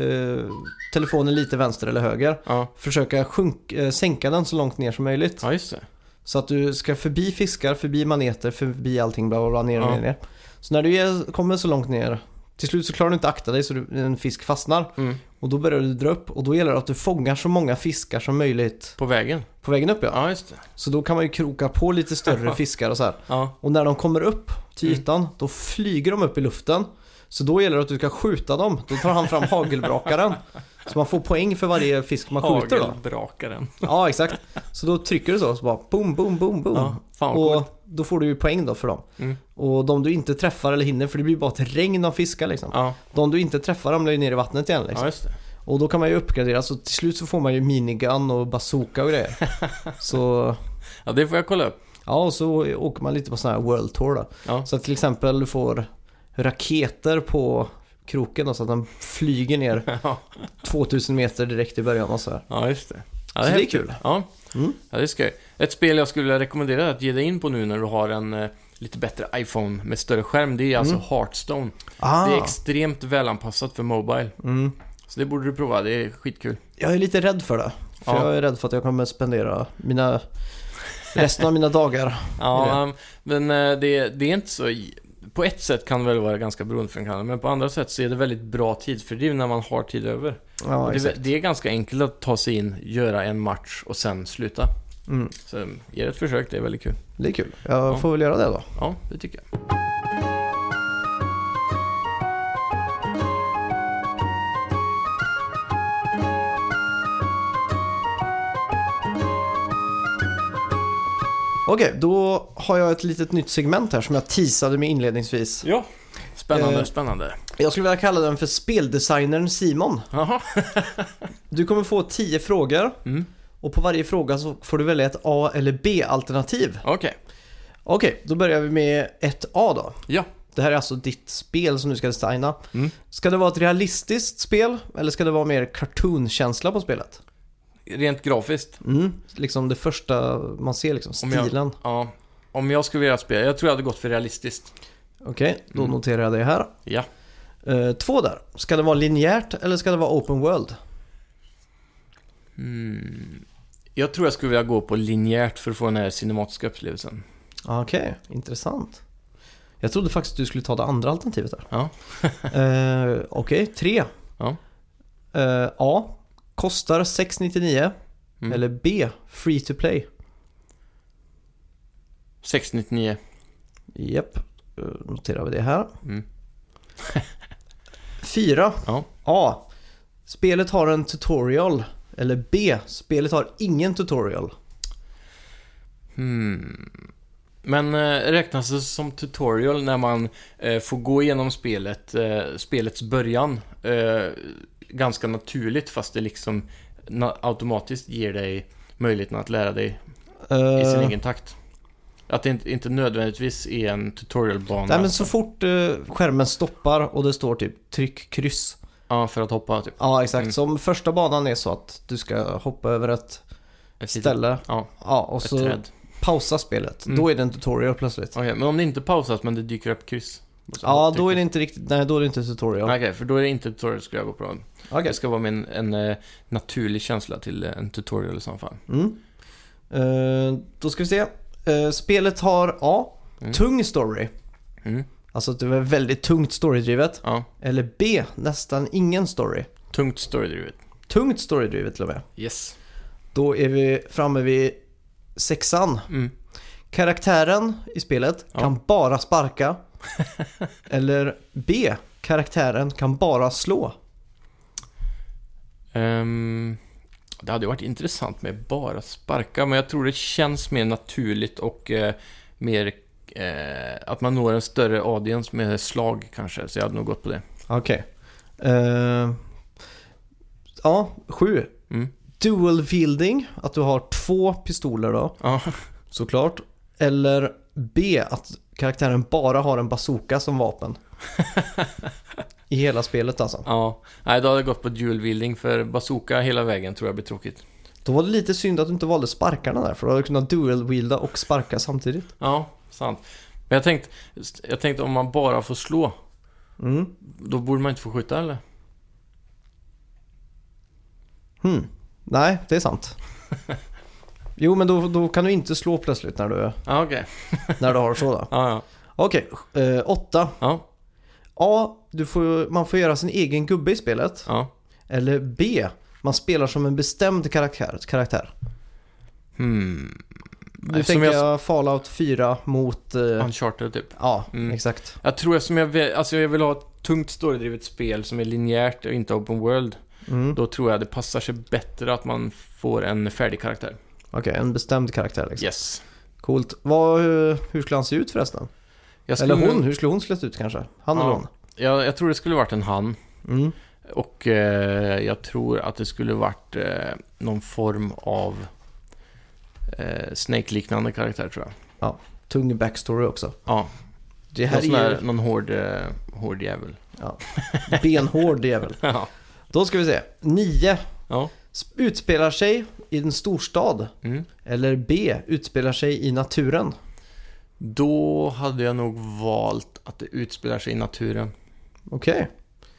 telefonen lite vänster eller höger försöka sänka den så långt ner som möjligt. Ja, just det. Så att du ska förbi fiskar, förbi maneter, förbi allting bla bla bla, ner. Så när du kommer så långt ner, till slut så klarar du inte akta dig så en fisk fastnar. Och då börjar du dra upp och då gäller det att du fångar så många fiskar som möjligt. På vägen? På vägen upp, ja. Ja, just det. Så då kan man ju kroka på lite större fiskar och så här. Ja. Och när de kommer upp till ytan, då flyger de upp i luften. Så då gäller det att du ska skjuta dem. Då tar han fram hagelbrakaren. Så man får poäng för varje fisk man skjuter då. Hagelbrakaren. Ja, exakt. Så då trycker du så bara boom, boom, boom, boom. Ja, fan och coolt. då får du ju poäng då för dem. Och de du inte träffar eller hinner, för det blir bara ett regn av fiskar liksom. Ja. De du inte träffar ramlar ju ner i vattnet igen liksom. Ja, just det. Och då kan man ju uppgradera, så till slut så får man ju minigun och bazooka och grejer. Så... Ja, det får jag kolla upp. Ja, och så åker man lite på sån här World Tour då. Ja. Så att till exempel du får raketer på kroken då, så att den flyger ner 2000 meter direkt i början och så här. Ja, just det. Ja, så det är kul. Ja. Ja, det ska jag. Ett spel jag skulle vilja rekommendera att ge dig in på nu när du har en lite bättre iPhone med större skärm, det är alltså Hearthstone. Det är extremt välanpassat för mobile. Så det borde du prova, det är skitkul. Jag är lite rädd för det. För jag är rädd för att jag kommer spendera resten av mina dagar. Ja, men det är inte så... På ett sätt kan det väl vara ganska beroendeframkallande, men på andra sätt så är det väldigt bra tidsfördriv när man har tid över. Ja, det är ganska enkelt att ta sig in, göra en match och sen sluta. Så ge det ett försök, det är väldigt kul. Det är kul, jag får väl göra det då. Ja, det tycker jag. Okej, då har jag ett litet nytt segment här som jag teasade med inledningsvis. Ja, spännande. Jag skulle vilja kalla den för speldesignern Simon. Aha. Du kommer få 10 frågor. Och på varje fråga så får du välja ett A- eller B-alternativ. Okej, då börjar vi med ett A då. Ja. Det här är alltså ditt spel som du ska designa. Mm. Ska det vara ett realistiskt spel eller ska det vara mer cartoon-känsla på spelet? Rent grafiskt. Liksom det första man ser, liksom stilen. Om jag skulle vilja spela, jag tror jag hade gått för realistiskt. Okej, då noterar jag det här. Ja. 2 där. Ska det vara linjärt eller ska det vara open world? Jag tror jag skulle vilja gå på linjärt för att få den här cinematiska upplevelsen. Okej, intressant. Jag trodde faktiskt att du skulle ta det andra alternativet där. Ja. Okej, 3. Ja. A. Kostar 6,99. Eller B. Free to play. 699. Japp, noterar vi det här. 4. Ja. A. Spelet har en tutorial. Eller B. Spelet har ingen tutorial. Men räknas det som tutorial när man får gå igenom spelets början ganska naturligt, fast det liksom automatiskt ger dig möjligheten att lära dig i sin egen takt? Att det inte nödvändigtvis är en tutorialbana. Nej, men så fort skärmen stoppar och det står typ tryck kryss. Ja, för att hoppa typ. Ja, exakt. Som första banan är så att du ska hoppa över ett ställe. Ja, och så träd. Pausa spelet. Då är det en tutorial plötsligt. Okej, men om det inte pausas men det dyker upp kryss. Ja, då är det inte riktigt. Nej, då är det inte tutorial. Okej, för då är det inte tutorial, skulle jag gå på. Okay. Det ska vara en naturlig känsla till en tutorial i så fall. Då ska vi se. Spelet har A. Tung story. Alltså att det är väldigt tungt storydrivet. Ja. Eller B. Nästan ingen story. Tungt storydrivet. Tungt storydrivet till och med. Yes. Då är vi framme vid 6:an. Karaktären i spelet kan bara sparka. Eller B. Karaktären kan bara slå. Det hade varit intressant med bara sparka, men jag tror det känns mer naturligt och mer att man når en större audience med slag kanske, så jag hade nog gått på det. Okej. 7. Dual wielding, att du har 2 pistoler då. Ja. Såklart. Eller B, att karaktären bara har en bazooka som vapen. I hela spelet alltså. Ja. Nej, då hade jag gått på dual wielding, för bazooka hela vägen tror jag blir tråkigt. Då var det lite synd att du inte valde sparkarna där, för då hade du kunnat dual wielda och sparka samtidigt. Ja, sant. Men jag tänkte om man bara får slå, då borde man inte få skjuta, eller? Nej, det är sant. Jo, men då kan du inte slå plötsligt när du, när du har så då. Ja. Okej, 8. Ja. A, man får göra sin egen gubbe i spelet. Ja. Eller B, man spelar som en bestämd karaktär. Du tänker Fallout 4 mot Uncharted typ. Ja, exakt. Jag tror jag vill ha ett tungt storydrivet spel som är linjärt och inte open world. Då tror jag det passar sig bättre att man får en färdig karaktär. Okej, en bestämd karaktär liksom. Yes. Coolt. Hur skulle han se ut förresten? Eller hon, hur skulle hon se ut kanske? Han eller hon? Jag tror det skulle varit en han. Och jag tror att det skulle varit någon form av Snake-liknande karaktär, tror jag. Ja, tung backstory också. Ja. Det här är någon hård jävel. Ja. Benhård jävel. Ja. Då ska vi se. 9. Ja. Utspelar sig i en storstad. Eller B. Utspelar sig i naturen. Då hade jag nog valt att det utspelar sig i naturen. Okej.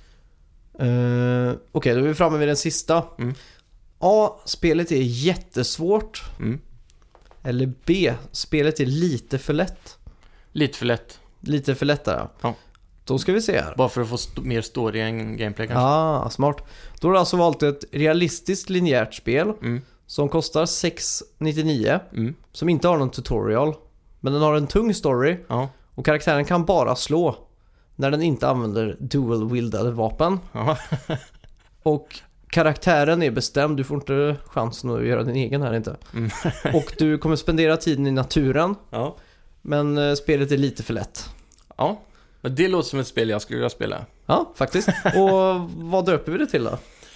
Okej, då är vi framme vid den sista. A. Spelet är jättesvårt. Eller B. Spelet är lite för lätt. Lite för lätt. Lite för lättare. Ja. Då ska vi se här. Bara för att få mer story än gameplay kanske. Smart. Då har du alltså valt ett realistiskt linjärt spel som kostar 6,99. Som inte har någon tutorial. Men den har en tung story. Ja. Och karaktären kan bara slå när den inte använder dual-wieldade vapen. Ja. Och karaktären är bestämd. Du får inte chansen att göra din egen här inte. Och du kommer spendera tiden i naturen. Ja. Men spelet är lite för lätt. Ja, men det låter som ett spel jag skulle vilja spela. Ja, faktiskt. Och vad döper vi det till då?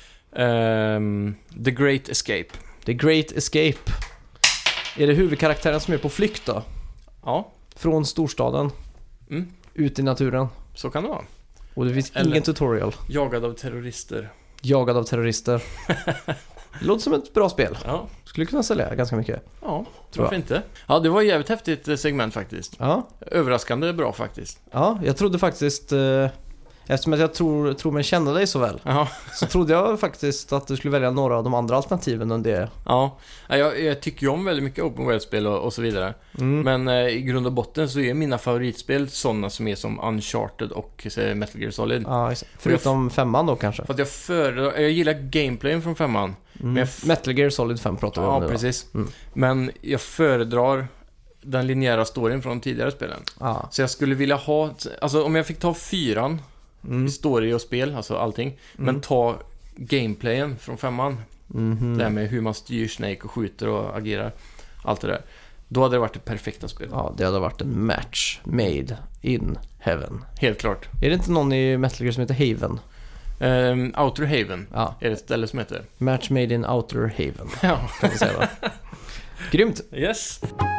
The Great Escape. The Great Escape. Är det huvudkaraktären som är på flykt då? Ja. Från storstaden? Ut i naturen. Så kan det vara. Och det finns ingen tutorial. Jagad av terrorister. Jagad av terrorister. Det låter som ett bra spel. Ja. Skulle kunna sälja ganska mycket. Ja, varför inte? Ja, det var ett jävligt häftigt segment faktiskt. Ja. Överraskande bra faktiskt. Ja, jag trodde faktiskt... eftersom att jag tror mig känna dig så väl. Ja. Så trodde jag faktiskt att du skulle välja några av de andra alternativen än det. Ja, jag tycker ju om väldigt mycket open world-spel och så vidare. Men i grund och botten så är mina favoritspel sådana som är som Uncharted och Metal Gear Solid. Ja, förutom 5:an då kanske. För att jag gillar gameplayen från 5:an. Men Metal Gear Solid 5 pratar vi om nu. Ja, precis. Men jag föredrar den linjära storyn från de tidigare spelen. Så jag skulle vilja ha... Alltså om jag fick ta 4:an story och spel, alltså allting. Men ta gameplayen från 5:an. Det här med hur man styr Snake och skjuter och agerar. Allt det där. Då hade det varit det perfekta spelet. Ja, det hade varit en match made in heaven. Helt klart. Är det inte någon i Metal Gear som heter Haven? Outer Haven är det ett ställe som heter. Match made in Outer Haven. Ja, kan man säga då. Grymt. Yes.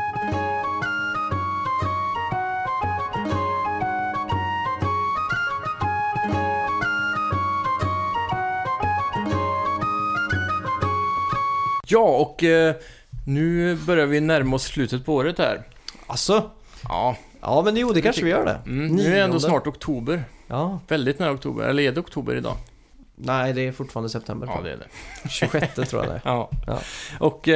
Ja, och nu börjar vi närma oss slutet på året här. Alltså? Ja. Ja, men jo, det kanske vi gör det. Nu är det ändå snart oktober. Ja. Väldigt nära oktober. Eller är det oktober idag? Nej, det är fortfarande september. Ja, det är det. 26 tror jag det är. Ja. Och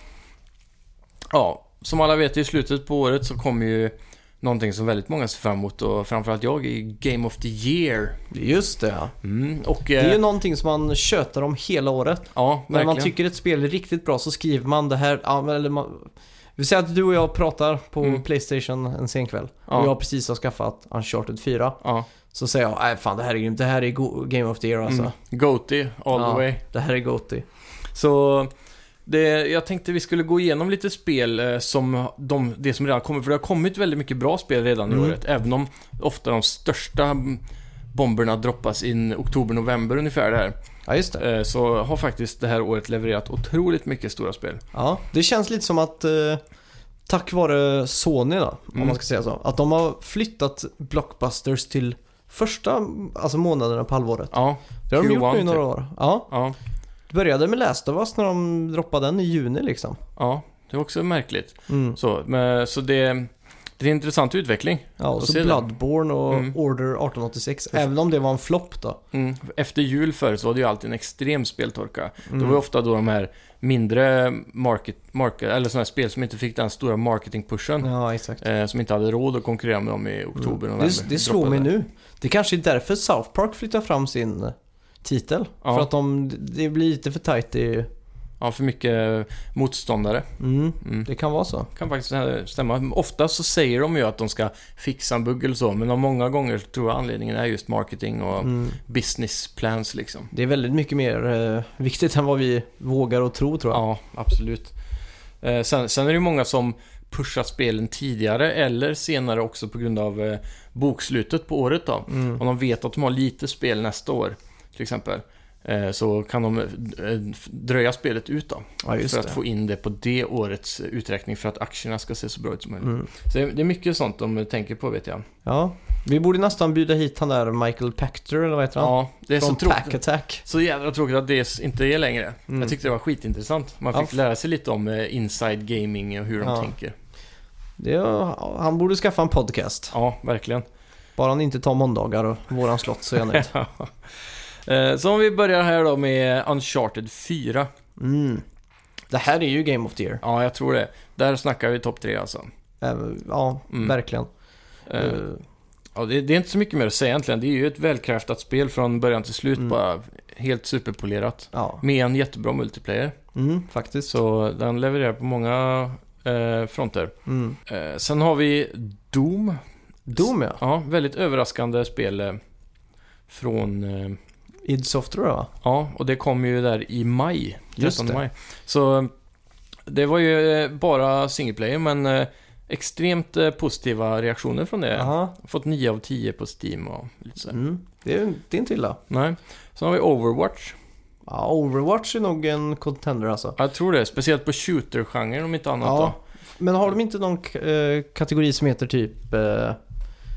som alla vet i slutet på året så kommer ju någonting som väldigt många ser fram emot, och framförallt jag, i Game of the Year. Just det, ja. Och, det är ju någonting som man tjötar om hela året. Ja, verkligen. När man tycker ett spel är riktigt bra så skriver man det här. Ja, eller vi säger att du och jag pratar på PlayStation en sen kväll. Och jag precis har skaffat Uncharted 4. Så säger jag, nej fan, det här är grymt. Det här är Game of the Year alltså. GOTY all the way. Det här är GOTY. Så jag tänkte vi skulle gå igenom lite spel som det som redan kommer. För det har kommit väldigt mycket bra spel redan i året. Även om ofta de största bomberna droppas in oktober-november ungefär där. Ja, just det. Så har faktiskt det här året levererat otroligt mycket stora spel. Ja, det känns lite som att tack vare Sony då, om man ska säga så, att de har flyttat blockbusters till första månaderna på halvåret. Ja, det har de gjort nu i några typ. år. Ja. Det började med Last of Us när de droppade den i juni liksom. Ja, det är också märkligt. Så det är en intressant utveckling. Ja, och så Bloodborne och Order 1886, även om det var en flopp då. Efter jul förut så var det ju alltid en extrem speltorka. Det var ju ofta då de här mindre eller sådana här spel som inte fick den stora marketing-pushen. Ja, exakt. Som inte hade råd att konkurrera med dem i oktober och november. Det slår mig nu. Det kanske är därför South Park flyttar fram sin titel. Ja. För att det blir lite för tajt i... Ja, för mycket motståndare. Det kan vara så. Kan faktiskt stämma. Ofta så säger de ju att de ska fixa en bugg eller så, men av många gånger tror jag anledningen är just marketing och business plans liksom. Det är väldigt mycket mer viktigt än vad vi vågar och tro, tror jag. Ja, absolut. Sen är det ju många som pushar spelen tidigare eller senare också på grund av bokslutet på året då. Om de vet att de har lite spel nästa år till exempel, så kan de dröja spelet ut då, för att få in det på det årets uträkning för att aktierna ska se så bra ut som möjligt. Så det är mycket sånt de tänker på, vet jag. Ja, vi borde nästan bjuda hit han där Michael Pachter, eller vad heter han? Ja, det är från så Pack Attack. Så jävla tråkigt att det inte är längre. Jag tyckte det var skitintressant. Man fick lära sig lite om inside gaming och hur de tänker. Han borde skaffa en podcast. Ja, verkligen. Bara han inte tar måndagar och våran slott, så är jag nöjd. Så om vi börjar här då med Uncharted 4. Det här är ju Game of the Year. Ja, jag tror det. Där snackar vi topp 3 alltså. Ja, verkligen. Ja, det är inte så mycket mer att säga egentligen. Det är ju ett välkraftat spel från början till slut. Bara helt superpolerat. Ja. Med en jättebra multiplayer. Faktiskt. Så den levererar på många fronter. Sen har vi Doom. Doom, ja. Ja, väldigt överraskande spel från... id Software, va? Ja, och det kom ju där i maj. 13 maj. Så det var ju bara single player, men extremt positiva reaktioner från det. Aha. Fått 9 av 10 på Steam och lite så. Det är inte illa. Nej. Sen har vi Overwatch. Ja, Overwatch är nog en contender alltså. Jag tror det, speciellt på shooter-genren om inte annat då. Men har de inte någon kategori som heter typ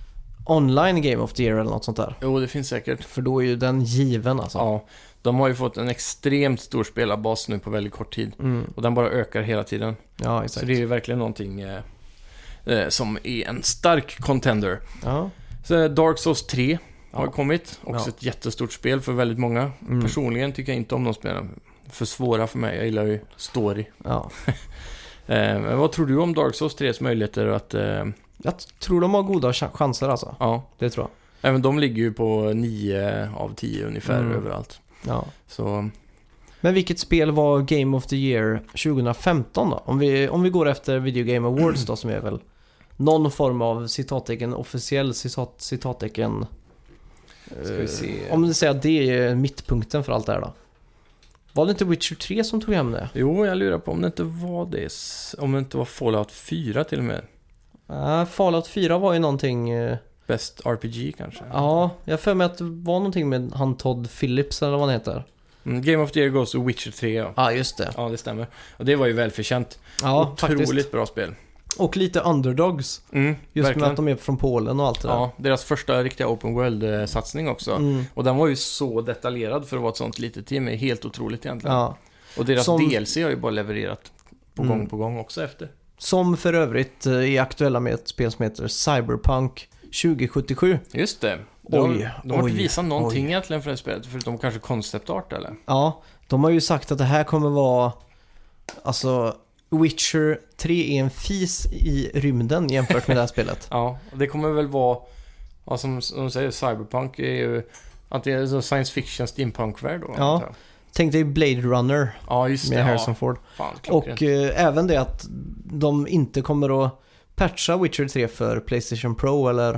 online Game of the Year eller något sånt där. Jo, det finns säkert. För då är ju den given alltså. Ja, de har ju fått en extremt stor spelarbas nu på väldigt kort tid. Och den bara ökar hela tiden. Ja, exakt. Så det är ju verkligen någonting som är en stark contender. Ja. Så Dark Souls 3 har kommit. Också ett jättestort spel för väldigt många. Personligen tycker jag inte om de spelen. För svåra för mig. Jag gillar ju story. Ja. Men vad tror du om Dark Souls 3s möjligheter att... Jag tror de har goda chanser alltså. Ja. Det tror jag. Även de ligger ju på 9 av 10 ungefär överallt. Ja. Så... Men vilket spel var Game of the Year 2015 då? Om vi går efter Video Game Awards då, som är väl någon form av citattecken, officiell citattecken. Ska vi se. Om du säger att det är mittpunkten för allt det här då. Var det inte Witcher 3 som tog hem det? Jo, jag lurar på om det inte var det. Om det inte var Fallout 4 till och med. Fallout 4 var ju någonting... Best RPG kanske. Ja, jag för mig att det var någonting med han Todd Phillips eller vad han heter. Game of the Year goes to Witcher 3. Ja. Ja, just det. Ja, det stämmer. Och det var ju välförtjänt. Ja, otroligt faktiskt. bra spel. Och lite underdogs. Just verkligen. med att de är från Polen och allt det där. Ja, deras första riktiga open world-satsning också. Och den var ju så detaljerad för att vara ett sånt litet team. Det är helt otroligt egentligen. Ja. Och deras DLC har ju bara levererat på gång också efter. Som för övrigt är aktuella med ett spel som heter Cyberpunk 2077. Just det. De har inte visat någonting egentligen för det spelet, förutom kanske concept art eller? Ja, de har ju sagt att det här kommer vara... Alltså, Witcher 3 är en fis i rymden jämfört med det här spelet. Ja, det kommer väl vara... Ja, som de säger, Cyberpunk är ju... Att det är så science fiction steampunk-värld då. Ja, tänk dig Blade Runner just med det, Harrison Ford. Fan, och även det att de inte kommer att patcha Witcher 3 för PlayStation Pro eller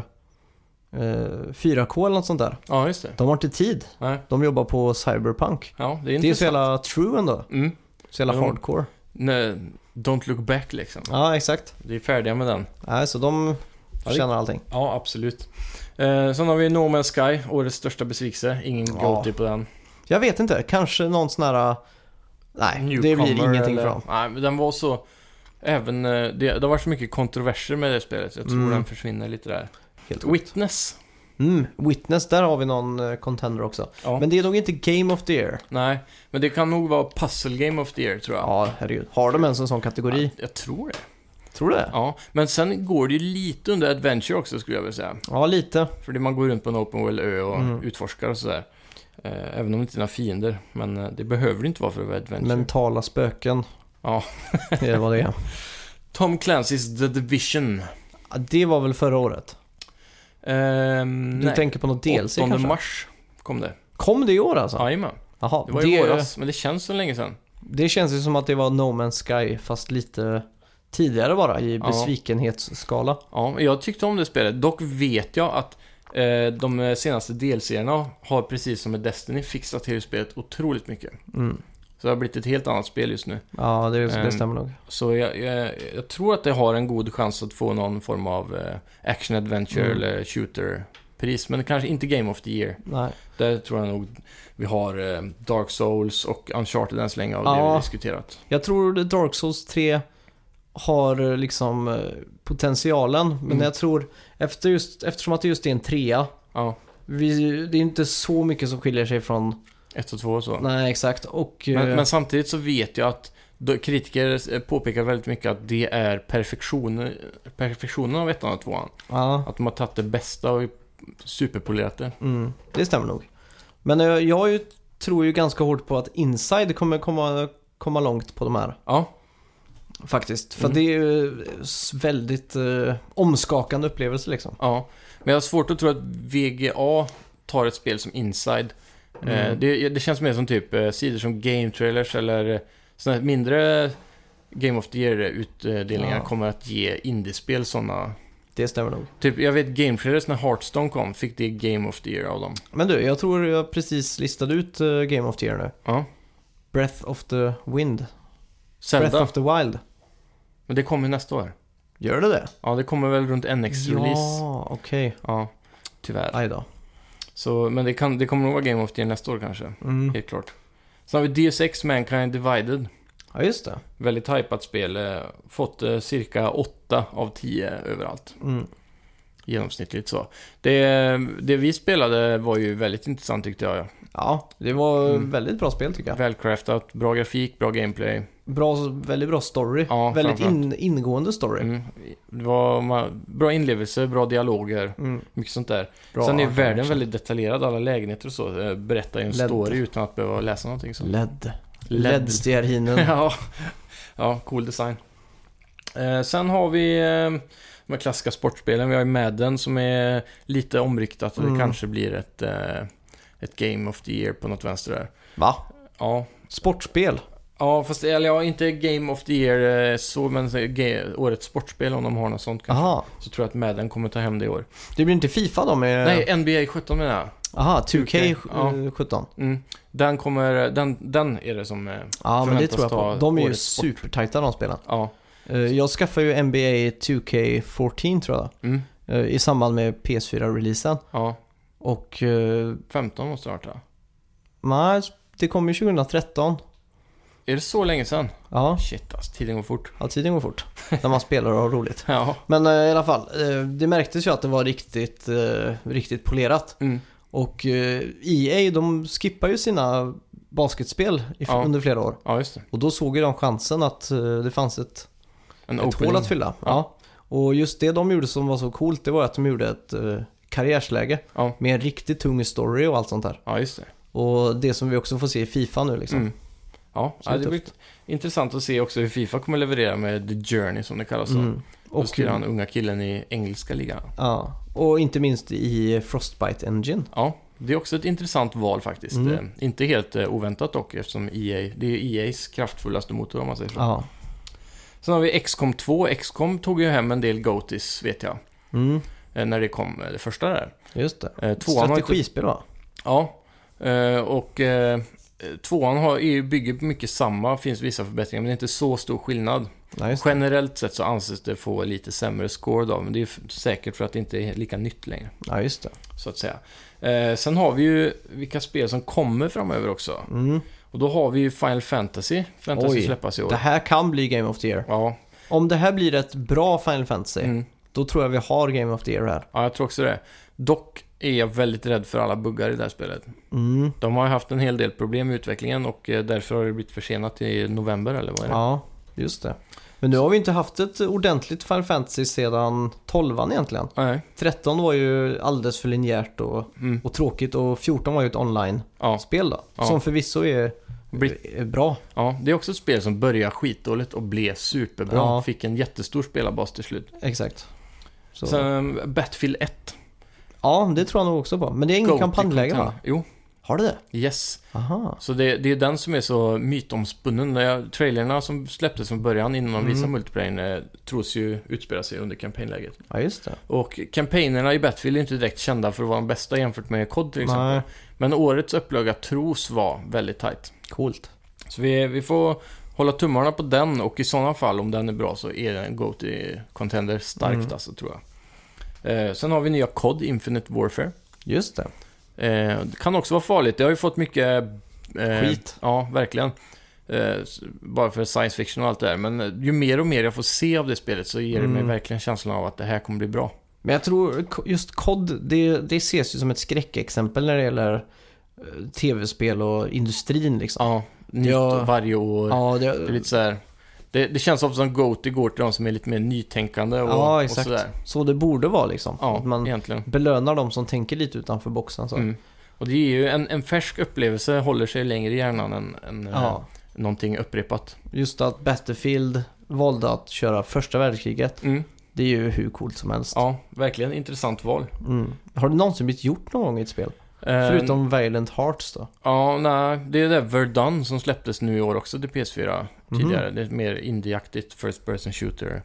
4K eller något sånt där. Ja, just det. De har inte tid. Nej. De jobbar på Cyberpunk. Ja, det är Det är så jävla true ändå. Så jävla hardcore. Nej, don't look back liksom. Ja, exakt. Det är färdiga med den. Nej, så de förtjänar allting. Ja, absolut. Sen har vi No Man's Sky, årets största besvikelse. Ingen GOTY på den. Jag vet inte, kanske någon sån här... Nej, det blir ingenting för dem. Nej, men den var så... Även... Det har varit så mycket kontroverser med det spelet. Jag tror den försvinner lite där. Helt Witness. Witness, där har vi någon contender också. Ja. Men det är nog inte Game of the Year. Nej, men det kan nog vara Puzzle Game of the Year, tror jag. Ja, herregud. Har de ens en sån kategori? Ja, jag tror det. Tror du det? Ja, men sen går det ju lite under Adventure också, skulle jag vilja säga. Ja, lite. För det man går runt på en open world-ö och utforskar och sådär. Även om det inte är några fiender. Men det behöver det inte vara för att vara Adventure. Mentala spöken. Ja. Det är vad det är. Tom Clancy's The Division. Ja, det var väl förra året? Du tänker på något DLC 8 kanske? mars kom det. Kom det i år alltså? Jajamän. Jaha, Det var i våras, men det känns så länge sedan. Det känns ju som att det var No Man's Sky fast lite tidigare bara i besvikenhetsskala. Ja, jag tyckte om det spelet. Dock vet jag att de senaste delserierna har precis som med Destiny fixat till spelet otroligt mycket. Så det har blivit ett helt annat spel just nu. Ja, det stämmer nog. Så jag tror att det har en god chans att få någon form av action-adventure eller shooter-pris. Men kanske inte Game of the Year. Nej. Där tror jag nog vi har Dark Souls och Uncharted än så länge av det vi har diskuterat. Jag tror Dark Souls 3 har liksom potentialen. Men jag tror, eftersom att det just är en 3, det är inte så mycket som skiljer sig från 1 och 2 och så. Nej, exakt. Och, men samtidigt så vet jag att kritiker påpekar väldigt mycket att det är perfektionen av 1 och 2. Att de har tagit det bästa och superpolerat det. Det stämmer nog. Men jag tror ju ganska hårt på att Inside kommer komma långt på de här. Ja. Faktiskt. För det är ju väldigt omskakande upplevelse liksom. Ja. Men jag har svårt att tro att VGA tar ett spel som Inside. Det känns mer som typ sidor som Game Trailers eller sådana mindre Game of the Year-utdelningar kommer att ge indiespel sådana. Det stämmer nog. Typ, jag vet Game Trailers när Hearthstone kom fick det Game of the Year av dem. Men du, jag tror jag precis listade ut Game of the Year nu. Ja. Breath of the Wind. Zelda. Breath of the Wild. Men det kommer nästa år. Gör det? Ja, det kommer väl runt NX-release. Ja, okej. Ja, tyvärr. Aj då. Så, men det kommer nog vara Game of the Year nästa år kanske. Helt klart. Sen har vi Deus Ex Mankind Divided. Ja, just det. Väldigt hypat spel. Fått cirka 8 av 10 överallt. genomsnittligt så. Det vi spelade var ju väldigt intressant tyckte jag. Ja, det var väldigt bra spel tycker jag. Välcraftat, bra grafik, bra gameplay. Väldigt bra story. Ja, väldigt ingående story. Det var bra inlevelse, bra dialoger, mycket sånt där. Bra Sen är världen väldigt detaljerad, alla lägenheter och så. Berättar ju en story utan att behöva läsa någonting. Så. LED-stearinen. Ja, cool design. Sen har vi de här klassiska sportspelen. Vi har ju Madden som är lite omriktat och det kanske blir ett Game of the Year på något vänster där. Va? Ja. Sportspel? Ja, fast inte Game of the Year så, men årets sportspel om de har något sånt kanske. Aha. Så tror jag att Madden kommer ta hem det i år. Det blir inte FIFA då med... Nej, NBA 17 menar jag. Aha, 2K 17. Den kommer, den är det som ja, men det tror jag på. De är ju supertajta de spelen. Ja. Jag skaffade ju NBA 2K14 tror jag. I samband med PS4-releasen. Ja. Och 15 måste det ha varit. Nej, det kom ju 2013. Är det så länge sedan? Ja. Shit, alltså, tiden går fort. Ja, tiden går fort. När man spelar och har roligt. Ja. Men i alla fall, det märktes ju att det var riktigt polerat. Och EA, de skippar ju sina basketspel under flera år. Ja, just det. Och då såg ju de chansen att det fanns ett hål att fylla. Ja. Och just det de gjorde som var så coolt, det var att de gjorde ett karriärsläge med en riktigt tung story och allt sånt där. Ja, just det. Och det som vi också får se i FIFA nu liksom. Ja, det blir intressant att se också hur FIFA kommer leverera med The Journey som det kallas. Och skriver han unga killen i engelska ligan. Ja, och inte minst i Frostbite Engine. Ja, det är också ett intressant val faktiskt. Inte helt oväntat dock eftersom det är EAs kraftfullaste motor om man säger så. Ja. Sen har vi XCOM 2. XCOM tog ju hem en del gotis vet jag. När det kom det första där. Just det. Strategispel va? Ja, och tvåan bygger mycket samma, finns vissa förbättringar men det är inte så stor skillnad. Ja, generellt sett så anses det få lite sämre score då, men det är säkert för att det inte är lika nytt längre. Ja, just det. Så att säga. Sen har vi ju vilka spel som kommer framöver också. Och då har vi ju Final Fantasy. Släppas i år. Det här kan bli Game of the Year. Ja. Om det här blir ett bra Final Fantasy, då tror jag vi har Game of the Year här. Ja, jag tror också det. Dock är jag väldigt rädd för alla buggar i det här spelet. De har haft en hel del problem med utvecklingen och därför har det blivit försenat i november eller vad är det? Ja, just det. Men nu har vi inte haft ett ordentligt Final Fantasy sedan 12an egentligen. Nej. 13 var ju alldeles för linjärt och tråkigt och 14 var ju ett online-spel då. Ja. Som förvisso är bra. Ja, det är också ett spel som börjar skitdåligt och blev superbra. Ja. Fick en jättestor spelarbas till slut. Exakt. Så. Sen Battlefield 1. Ja, det tror jag nog också på. Men det är ingen kampanjläge va? Jo. Har du det? Yes. Aha. Så det är den som är så mytomspunnen. Trailerna som släpptes från början innan de visade multiplayer tros ju utspela sig under kampanjläget. Ja, just det. Och kampanjerna i Battlefield är inte direkt kända för att vara de bästa jämfört med COD till exempel. Nej. Men årets upplaga tros var väldigt tight. Coolt. Så vi får hålla tummarna på den och i sådana fall om den är bra så är den go-to-contender starkt alltså tror jag. Sen har vi nya COD, Infinite Warfare. Just det. Det kan också vara farligt. Det har ju fått mycket skit. Ja, verkligen. Bara för science fiction och allt det där. Men ju mer och mer jag får se av det spelet så ger det mig verkligen känslan av att det här kommer bli bra. Men jag tror just COD, det ses ju som ett skräckexempel när det gäller tv-spel och industrin liksom. Ja, nytt varje år. Ja, det är lite så här. Det känns ofta som GOTY går till de som är lite mer nytänkande och, exakt. Och sådär. Så det borde vara liksom. Ja, att man egentligen belönar de som tänker lite utanför boxen. Så. Och det är ju en färsk upplevelse håller sig längre i hjärnan än någonting upprepat. Just att Battlefield valde att köra första världskriget. Det är ju hur coolt som helst. Ja, verkligen intressant val. Har det någonsin blivit gjort någon gång i ett spel? Förutom Violent Hearts då? Ja, nej. Det är det Verdun som släpptes nu i år också till PS4 tidigare. Det är ett mer indie-aktigt first person shooter.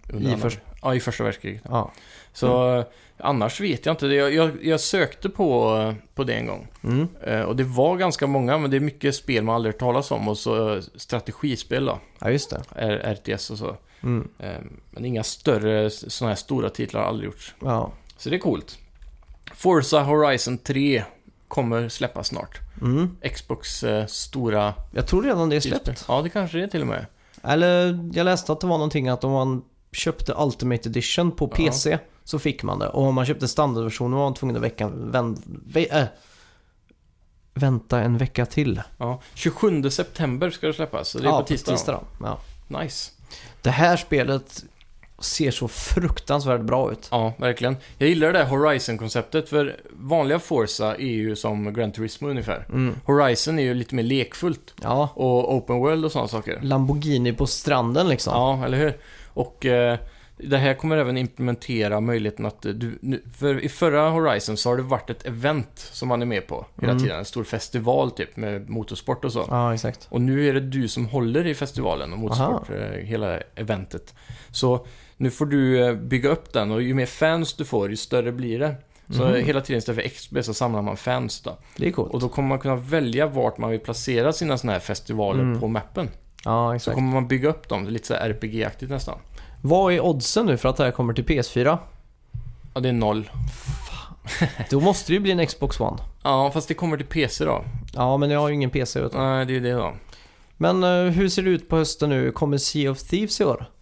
I första världskriget. Ja. Så annars vet jag inte. Jag sökte på det en gång. Och det var ganska många, men det är mycket spel man aldrig hört talas om. Och så strategispel då. Ja, just det. RTS och så. Men inga större sådana här stora titlar har aldrig gjorts. Ja. Så det är coolt. Forza Horizon 3 kommer släppas snart. Xbox stora... Jag tror redan det är släppt. Ja, det kanske det är till och med. Eller jag läste att det var någonting att om man köpte Ultimate Edition på PC så fick man det. Och om man köpte standardversionen var man tvungen att vänta en vecka till. Ja, 27 september ska det släppas, så det är på tisdag. Ja. Nice. Det här spelet ser så fruktansvärt bra ut. Ja, verkligen. Jag gillar det där Horizon-konceptet, för vanliga Forza är ju som Gran Turismo ungefär. Horizon är ju lite mer lekfullt. Ja. Och open world och sådana saker. Lamborghini på stranden liksom. Ja, eller hur? Och det här kommer även implementera möjligheten att för i förra Horizon så har det varit ett event som man är med på hela tiden. En stor festival typ med motorsport och så. Ja, exakt. Och nu är det du som håller i festivalen och motorsport, hela eventet. Så nu får du bygga upp den, och ju mer fans du får, ju större blir det. Så hela tiden istället för XP så samlar man fans då. Det är coolt. Och då kommer man kunna välja vart man vill placera sina såna här festivaler på mappen. Ja, exakt. Så kommer man bygga upp dem, lite så här RPG-aktigt nästan. Vad är oddsen nu för att det här kommer till PS4? Ja, det är 0. Då måste det ju bli en Xbox One. Ja, fast det kommer till PC då. Ja, men jag har ju ingen PC utan. Nej, det är det då. Men hur ser det ut på hösten nu? Kommer Sea of Thieves i år?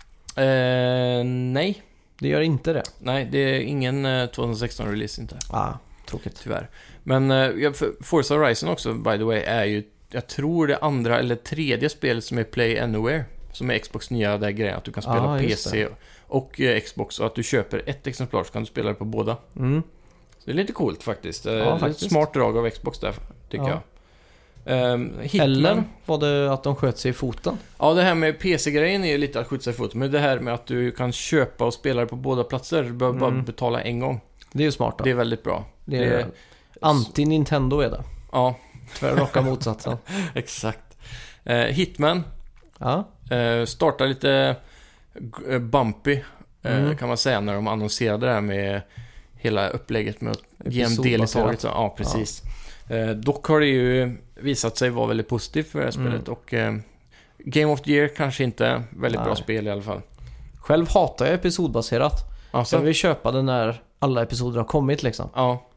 Nej. Det gör inte det. Nej, det är ingen 2016-release inte. Tråkigt. Tyvärr. Men Forza Horizon också, by the way, är ju, jag tror det andra eller tredje spelet som är Play Anywhere. Som är Xbox nya där grejen, att du kan spela PC och Xbox, och att du köper ett exemplar så kan du spela det på båda. Så det är lite coolt faktiskt. Det är ett smart drag av Xbox där, tycker jag. Hitman. Eller var det att de sköt sig i foten? Ja, det här med PC-grejen är ju lite att skjuta sig i foten. Men det här med att du kan köpa och spela det på båda platser, du behöver bara betala en gång. Det är ju smart då. Det är väldigt bra. Det är anti-Nintendo är det. Ja. Tvärraka motsatsen. Exakt. Hitman. Ja. Startar lite bumpy kan man säga, när de annonserade det här med hela upplägget med att ge en del i taget. Ja, precis. Dock har det ju visat sig vara väldigt positivt för det här spelet, och Game of the Year kanske inte väldigt bra spel i alla fall. Själv hatar jag episodbaserat. Alltså. Jag vill köpa den när alla episoder har kommit liksom. Ja.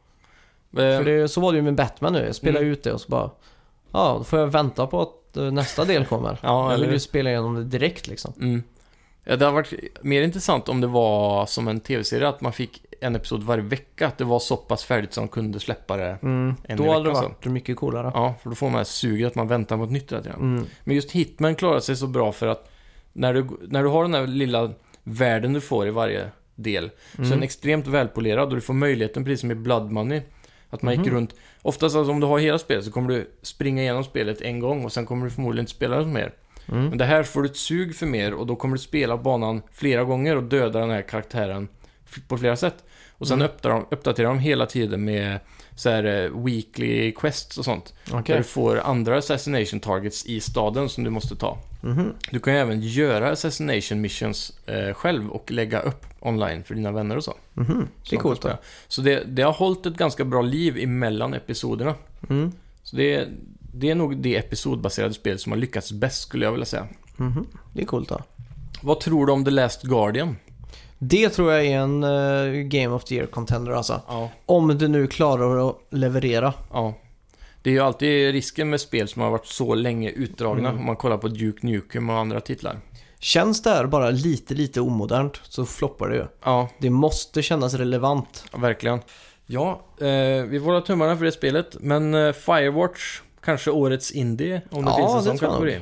För så var det ju med Batman nu. Jag spelade ut det och så bara, då får jag vänta på att nästa del kommer. Jag vill ju spela igenom det direkt liksom. Ja, det har varit mer intressant om det var som en tv-serie, att man fick en episod varje vecka, att det var så pass färdigt som man kunde släppa det då hade det varit mycket coolare. Ja, för då får man här suget att man väntar på ett nytt Men just Hitman klarar sig så bra, för att när du har den här lilla världen du får i varje del, så är den extremt välpolerad, och du får möjligheten, precis som i Blood Money, att man gick runt. Oftast alltså, om du har hela spelet så kommer du springa igenom spelet en gång, och sen kommer du förmodligen inte spela det mer. Men det här får du ett sug för mer, och då kommer du spela banan flera gånger och döda den här karaktären på flera sätt. Och sen uppdaterar de hela tiden med så här weekly quests och sånt. Där du får andra assassination targets i staden som du måste ta. Du kan ju även göra assassination missions själv och lägga upp online för dina vänner och så. Det är coolt då. Så det har hållit ett ganska bra liv emellan episoderna. Så det är nog det episodbaserade spelet som har lyckats bäst, skulle jag vilja säga. Det är coolt då. Vad tror du om The Last Guardian? Det tror jag är en Game of the Year contender alltså. Ja. Om du nu klarar att leverera. Ja. Det är ju alltid risken med spel som har varit så länge utdragna, om man kollar på Duke Nukem och andra titlar. Känns det här bara lite omodernt, så floppar det ju. Ja. Det måste kännas relevant. Ja, verkligen. Ja, vi håller tummarna för det spelet. Men Firewatch, kanske årets indie, om det finns en sån kategori.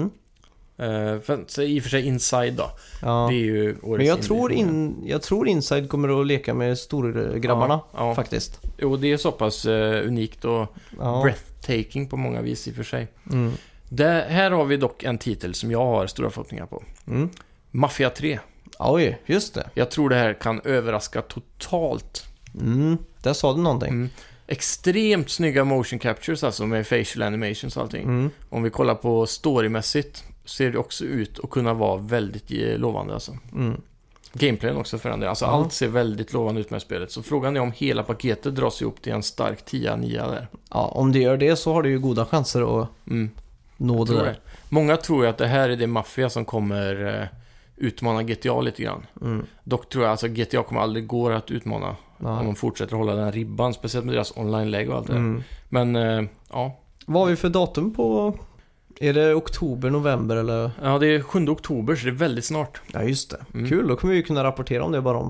I och för sig Inside då. Ja. Det är ju årets Men jag tror Inside kommer att leka med storgrabbarna faktiskt. Jo, det är så pass unikt och breathtaking på många vis i och för sig. Här har vi dock en titel som jag har stora förhoppningar på. Mafia 3. Oj, just det. Jag tror det här kan överraska totalt. Där sa du någonting. Extremt snygga motion captures, alltså med facial animations och allting. Om vi kollar på storymässigt ser det också ut att kunna vara väldigt lovande alltså. Gameplayen också förändrar. Alltså allt ser väldigt lovande ut med spelet. Så frågan är om hela paketet dras ihop till en stark 10-9 där. Ja, om det gör det så har det ju goda chanser att nå det där. Många tror ju att det här är det Mafia som kommer utmana GTA lite grann. Dock tror jag alltså GTA kommer aldrig gå att utmana om de fortsätter hålla den ribban, speciellt med deras online-läge och allt det där. Men ja. Vad har vi för datum på? Är det oktober, november eller? Ja, det är 7 oktober, så det är väldigt snart. Ja, just det. Kul, då kommer vi kunna rapportera om det bara om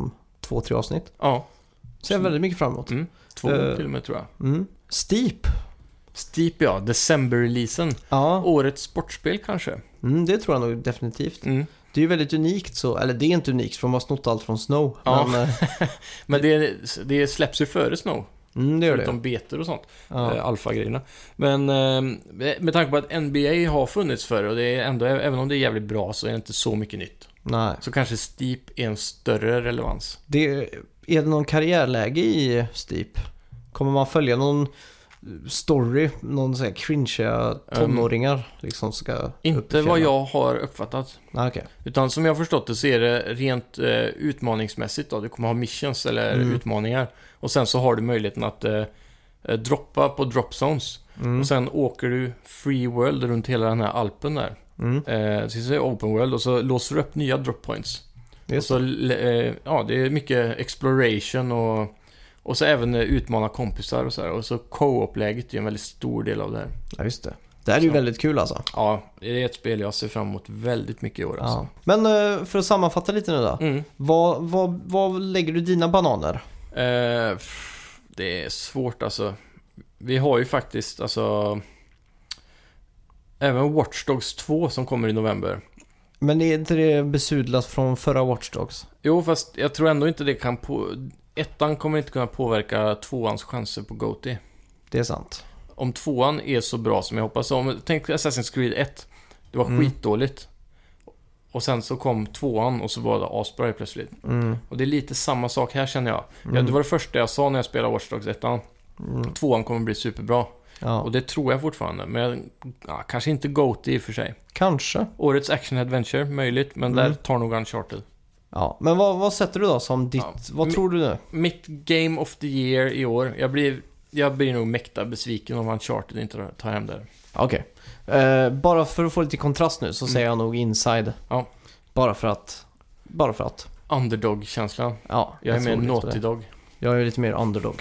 2-3 avsnitt. Ja. Så jag är väldigt mycket fram emot. 2 till och med tror jag. Steep. Steep, ja. December-releasen. Ja. Årets sportspel kanske. Det tror jag nog definitivt. Det är ju väldigt unikt så, eller det är inte unikt för de har snott allt från Snow. Ja. Men, men det släpps ju före Snow. det gör det. Förutom betor och sånt. Ja. Alfa-grejerna. Men med tanke på att NBA har funnits förr och det är ändå, även om det är jävligt bra så är det inte så mycket nytt. Nej. Så kanske Steep är en större relevans. Är det någon karriärläge i Steep? Kommer man följa någon story, någon sån här cringe tonåringar liksom ska inte vad jag har uppfattat. Okay. Utan som jag har förstått det så är det rent utmaningsmässigt då. Du kommer ha missions eller utmaningar. Och sen så har du möjligheten att droppa på drop zones. Och sen åker du free world runt hela den här alpen där. Så är open world och så låser du upp nya drop points. Och så, det är mycket exploration och så även utmana kompisar och så här. Och så co-op-läget är en väldigt stor del av det här. Ja, just det. Det här är ju väldigt kul alltså. Ja, det är ett spel jag ser fram emot väldigt mycket i år alltså. Men för att sammanfatta lite nu då. Vad lägger du dina bananer? Det är svårt alltså. Vi har ju faktiskt alltså även Watch Dogs 2 som kommer i november. Men är inte det besudlat från förra Watch Dogs? Jo, fast jag tror ändå inte det kan ettan kommer inte kunna påverka tvåans chanser på GOTY. Det är sant. Om tvåan är så bra som jag hoppas. Tänk Assassin's Creed 1. Det var skitdåligt. Och sen så kom tvåan och så var det asbra plötsligt. Och det är lite samma sak här känner jag. Det var det första jag sa när jag spelade Watch Dogs 1. Tvåan kommer bli superbra. Ja. Och det tror jag fortfarande. Men kanske inte GOTY i och för sig. Kanske. Årets action adventure, möjligt. Men där tar nog Uncharted. Ja, men vad sätter du då som ditt... Vad tror du nu? Mitt Game of the Year i år. Jag blir nog mäkta besviken om Uncharted inte tar hem det. Okej. Bara för att få lite kontrast nu så säger jag nog Inside. Ja. Bara för att. Underdog-känslan. Ja, jag är mer Naughty Dog. Jag är lite mer underdog.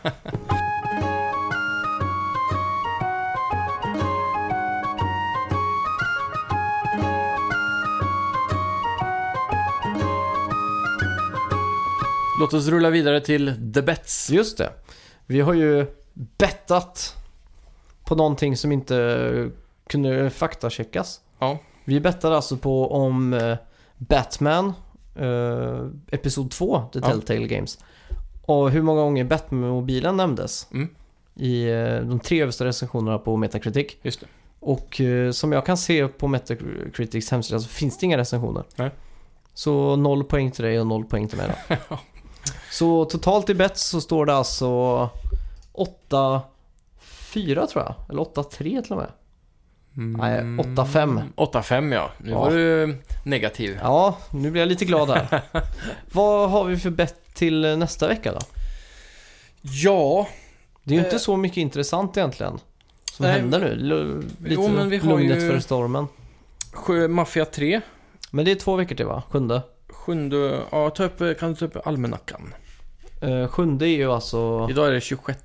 Låt oss rulla vidare till The Bets. Just det. Vi har ju bettat på någonting som inte kunde faktacheckas. Ja. Vi bettade alltså på om Batman Episod 2, The Telltale Games. Och hur många gånger Batman-mobilen nämndes i de 3 översta recensionerna på Metacritic. Just det. Och som jag kan se på Metacritics hemsida så finns det inga recensioner. Nej. Så 0 poäng till dig och 0 poäng till mig då. Så totalt i bets så står det alltså 8-4 tror jag. Eller 8-3 till och med. Nej, 8-5. 8-5 ja. Nu var du negativ. Ja, nu blir jag lite glad här. Vad har vi för bett till nästa vecka då? Ja. Det är ju inte så mycket intressant egentligen som händer nu. Lite men vi har lugnet ju för stormen. Mafia 3. Men det är 2 veckor till va? 7:e. Ja, kan du ta upp almanackan? 7:e är ju alltså... Idag är det 26.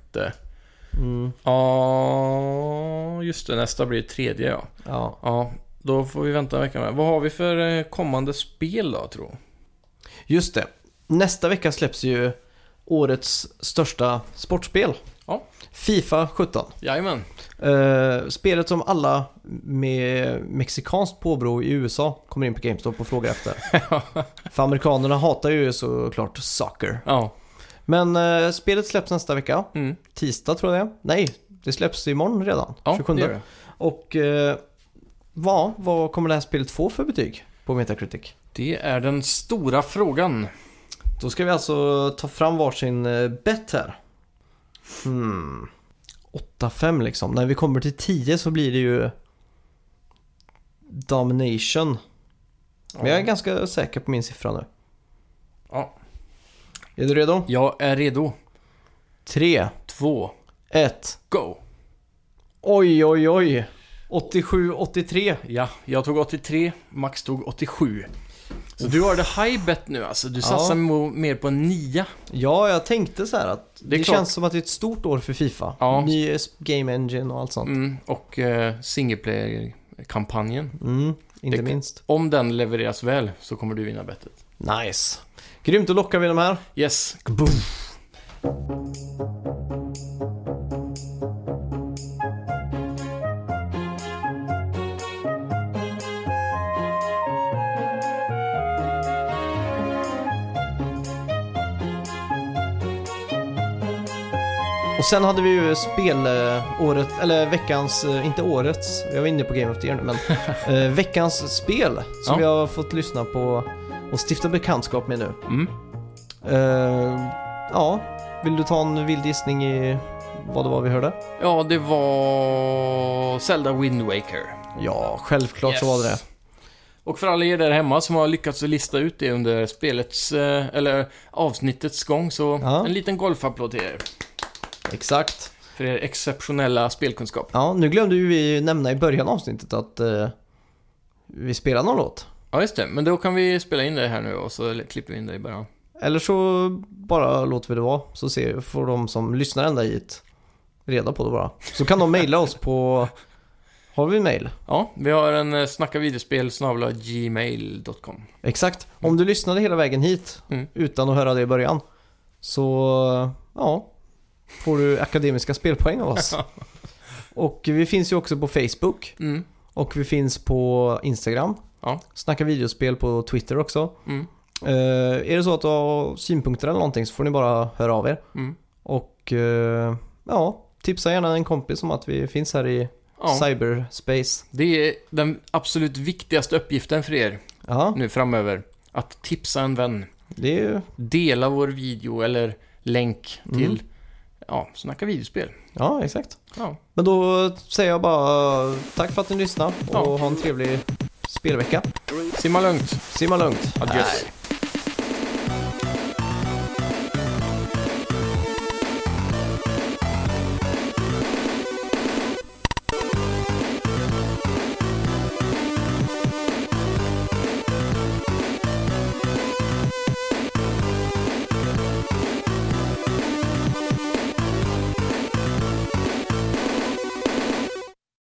Ja, just det. Nästa blir 3:e, ja. Ja, då får vi vänta en vecka med. Vad har vi för kommande spel då, tror jag? Just det. Nästa vecka släpps ju årets största sportspel. Ja. FIFA 17. Jajamän. Spelet som alla med mexikanskt påbrå i USA kommer in på GameStop och frågar efter. För amerikanerna hatar ju såklart soccer. Ja. Men spelet släpps nästa vecka. Tisdag tror jag det är. Nej, det släpps imorgon redan. Ja, 27. det gör det. Och vad kommer det här spelet få för betyg på Metacritic? Det är den stora frågan. Då ska vi alltså ta fram varsin bet här. 8-5 liksom. När vi kommer till 10 så blir det ju Domination. Men jag är ganska säker på min siffra nu. Ja. Är du redo? Jag är redo. 3, 2, 1, go! Oj. 87-83. Ja, jag tog 83, Max tog 87. Så du har det high bet nu alltså. Du satsar mer på en 9. Ja, jag tänkte så här att det klart. känns som att det är ett stort år för FIFA. Ja. Ny Game Engine och allt sånt. Och singleplayer-kampanjen. Inte minst. Om den levereras väl så kommer du vinna bettet. Nice. Grymt, då lockar vi de här. Yes. Boom. Och sen hade vi ju spelåret, eller veckans, inte årets, jag var inne på Game of the Year nu, men veckans spel som vi har fått lyssna på och stifta bekantskap med nu. Ja, vill du ta en vild gissning i vad det var vi hörde? Ja, det var Zelda Wind Waker. Ja, självklart så var det. Och för alla er där hemma som har lyckats att lista ut det under spelets, eller avsnittets gång, så en liten golfapplåd till er. Exakt. För er exceptionella spelkunskap. Ja, nu glömde ju vi nämna i början av avsnittet att vi spelar någon låt. Ja, just det. Men då kan vi spela in det här nu och så klipper vi in det i början. Eller så bara låter vi det vara. Så får de som lyssnar ända hit reda på det bara. Så kan de mejla oss på... Har vi mejl? Ja, vi har en snackavideospel@gmail.com. Exakt. Om du lyssnade hela vägen hit utan att höra det i början, så får du akademiska spelpoäng av oss. Och vi finns ju också på Facebook. Och vi finns på Instagram. Snacka videospel på Twitter också. Är det så att du har synpunkter eller någonting, så får ni bara höra av er. Och tipsa gärna en kompis om att vi finns här i cyberspace. Det är den absolut viktigaste uppgiften för er nu framöver. Att tipsa en vän. Det är ju... Dela vår video eller länk till Snacka videospel. Ja, exakt. Men då säger jag bara tack för att ni lyssnade och ha en trevlig spelvecka. Simma lugnt. Simma lugnt. Adjöss.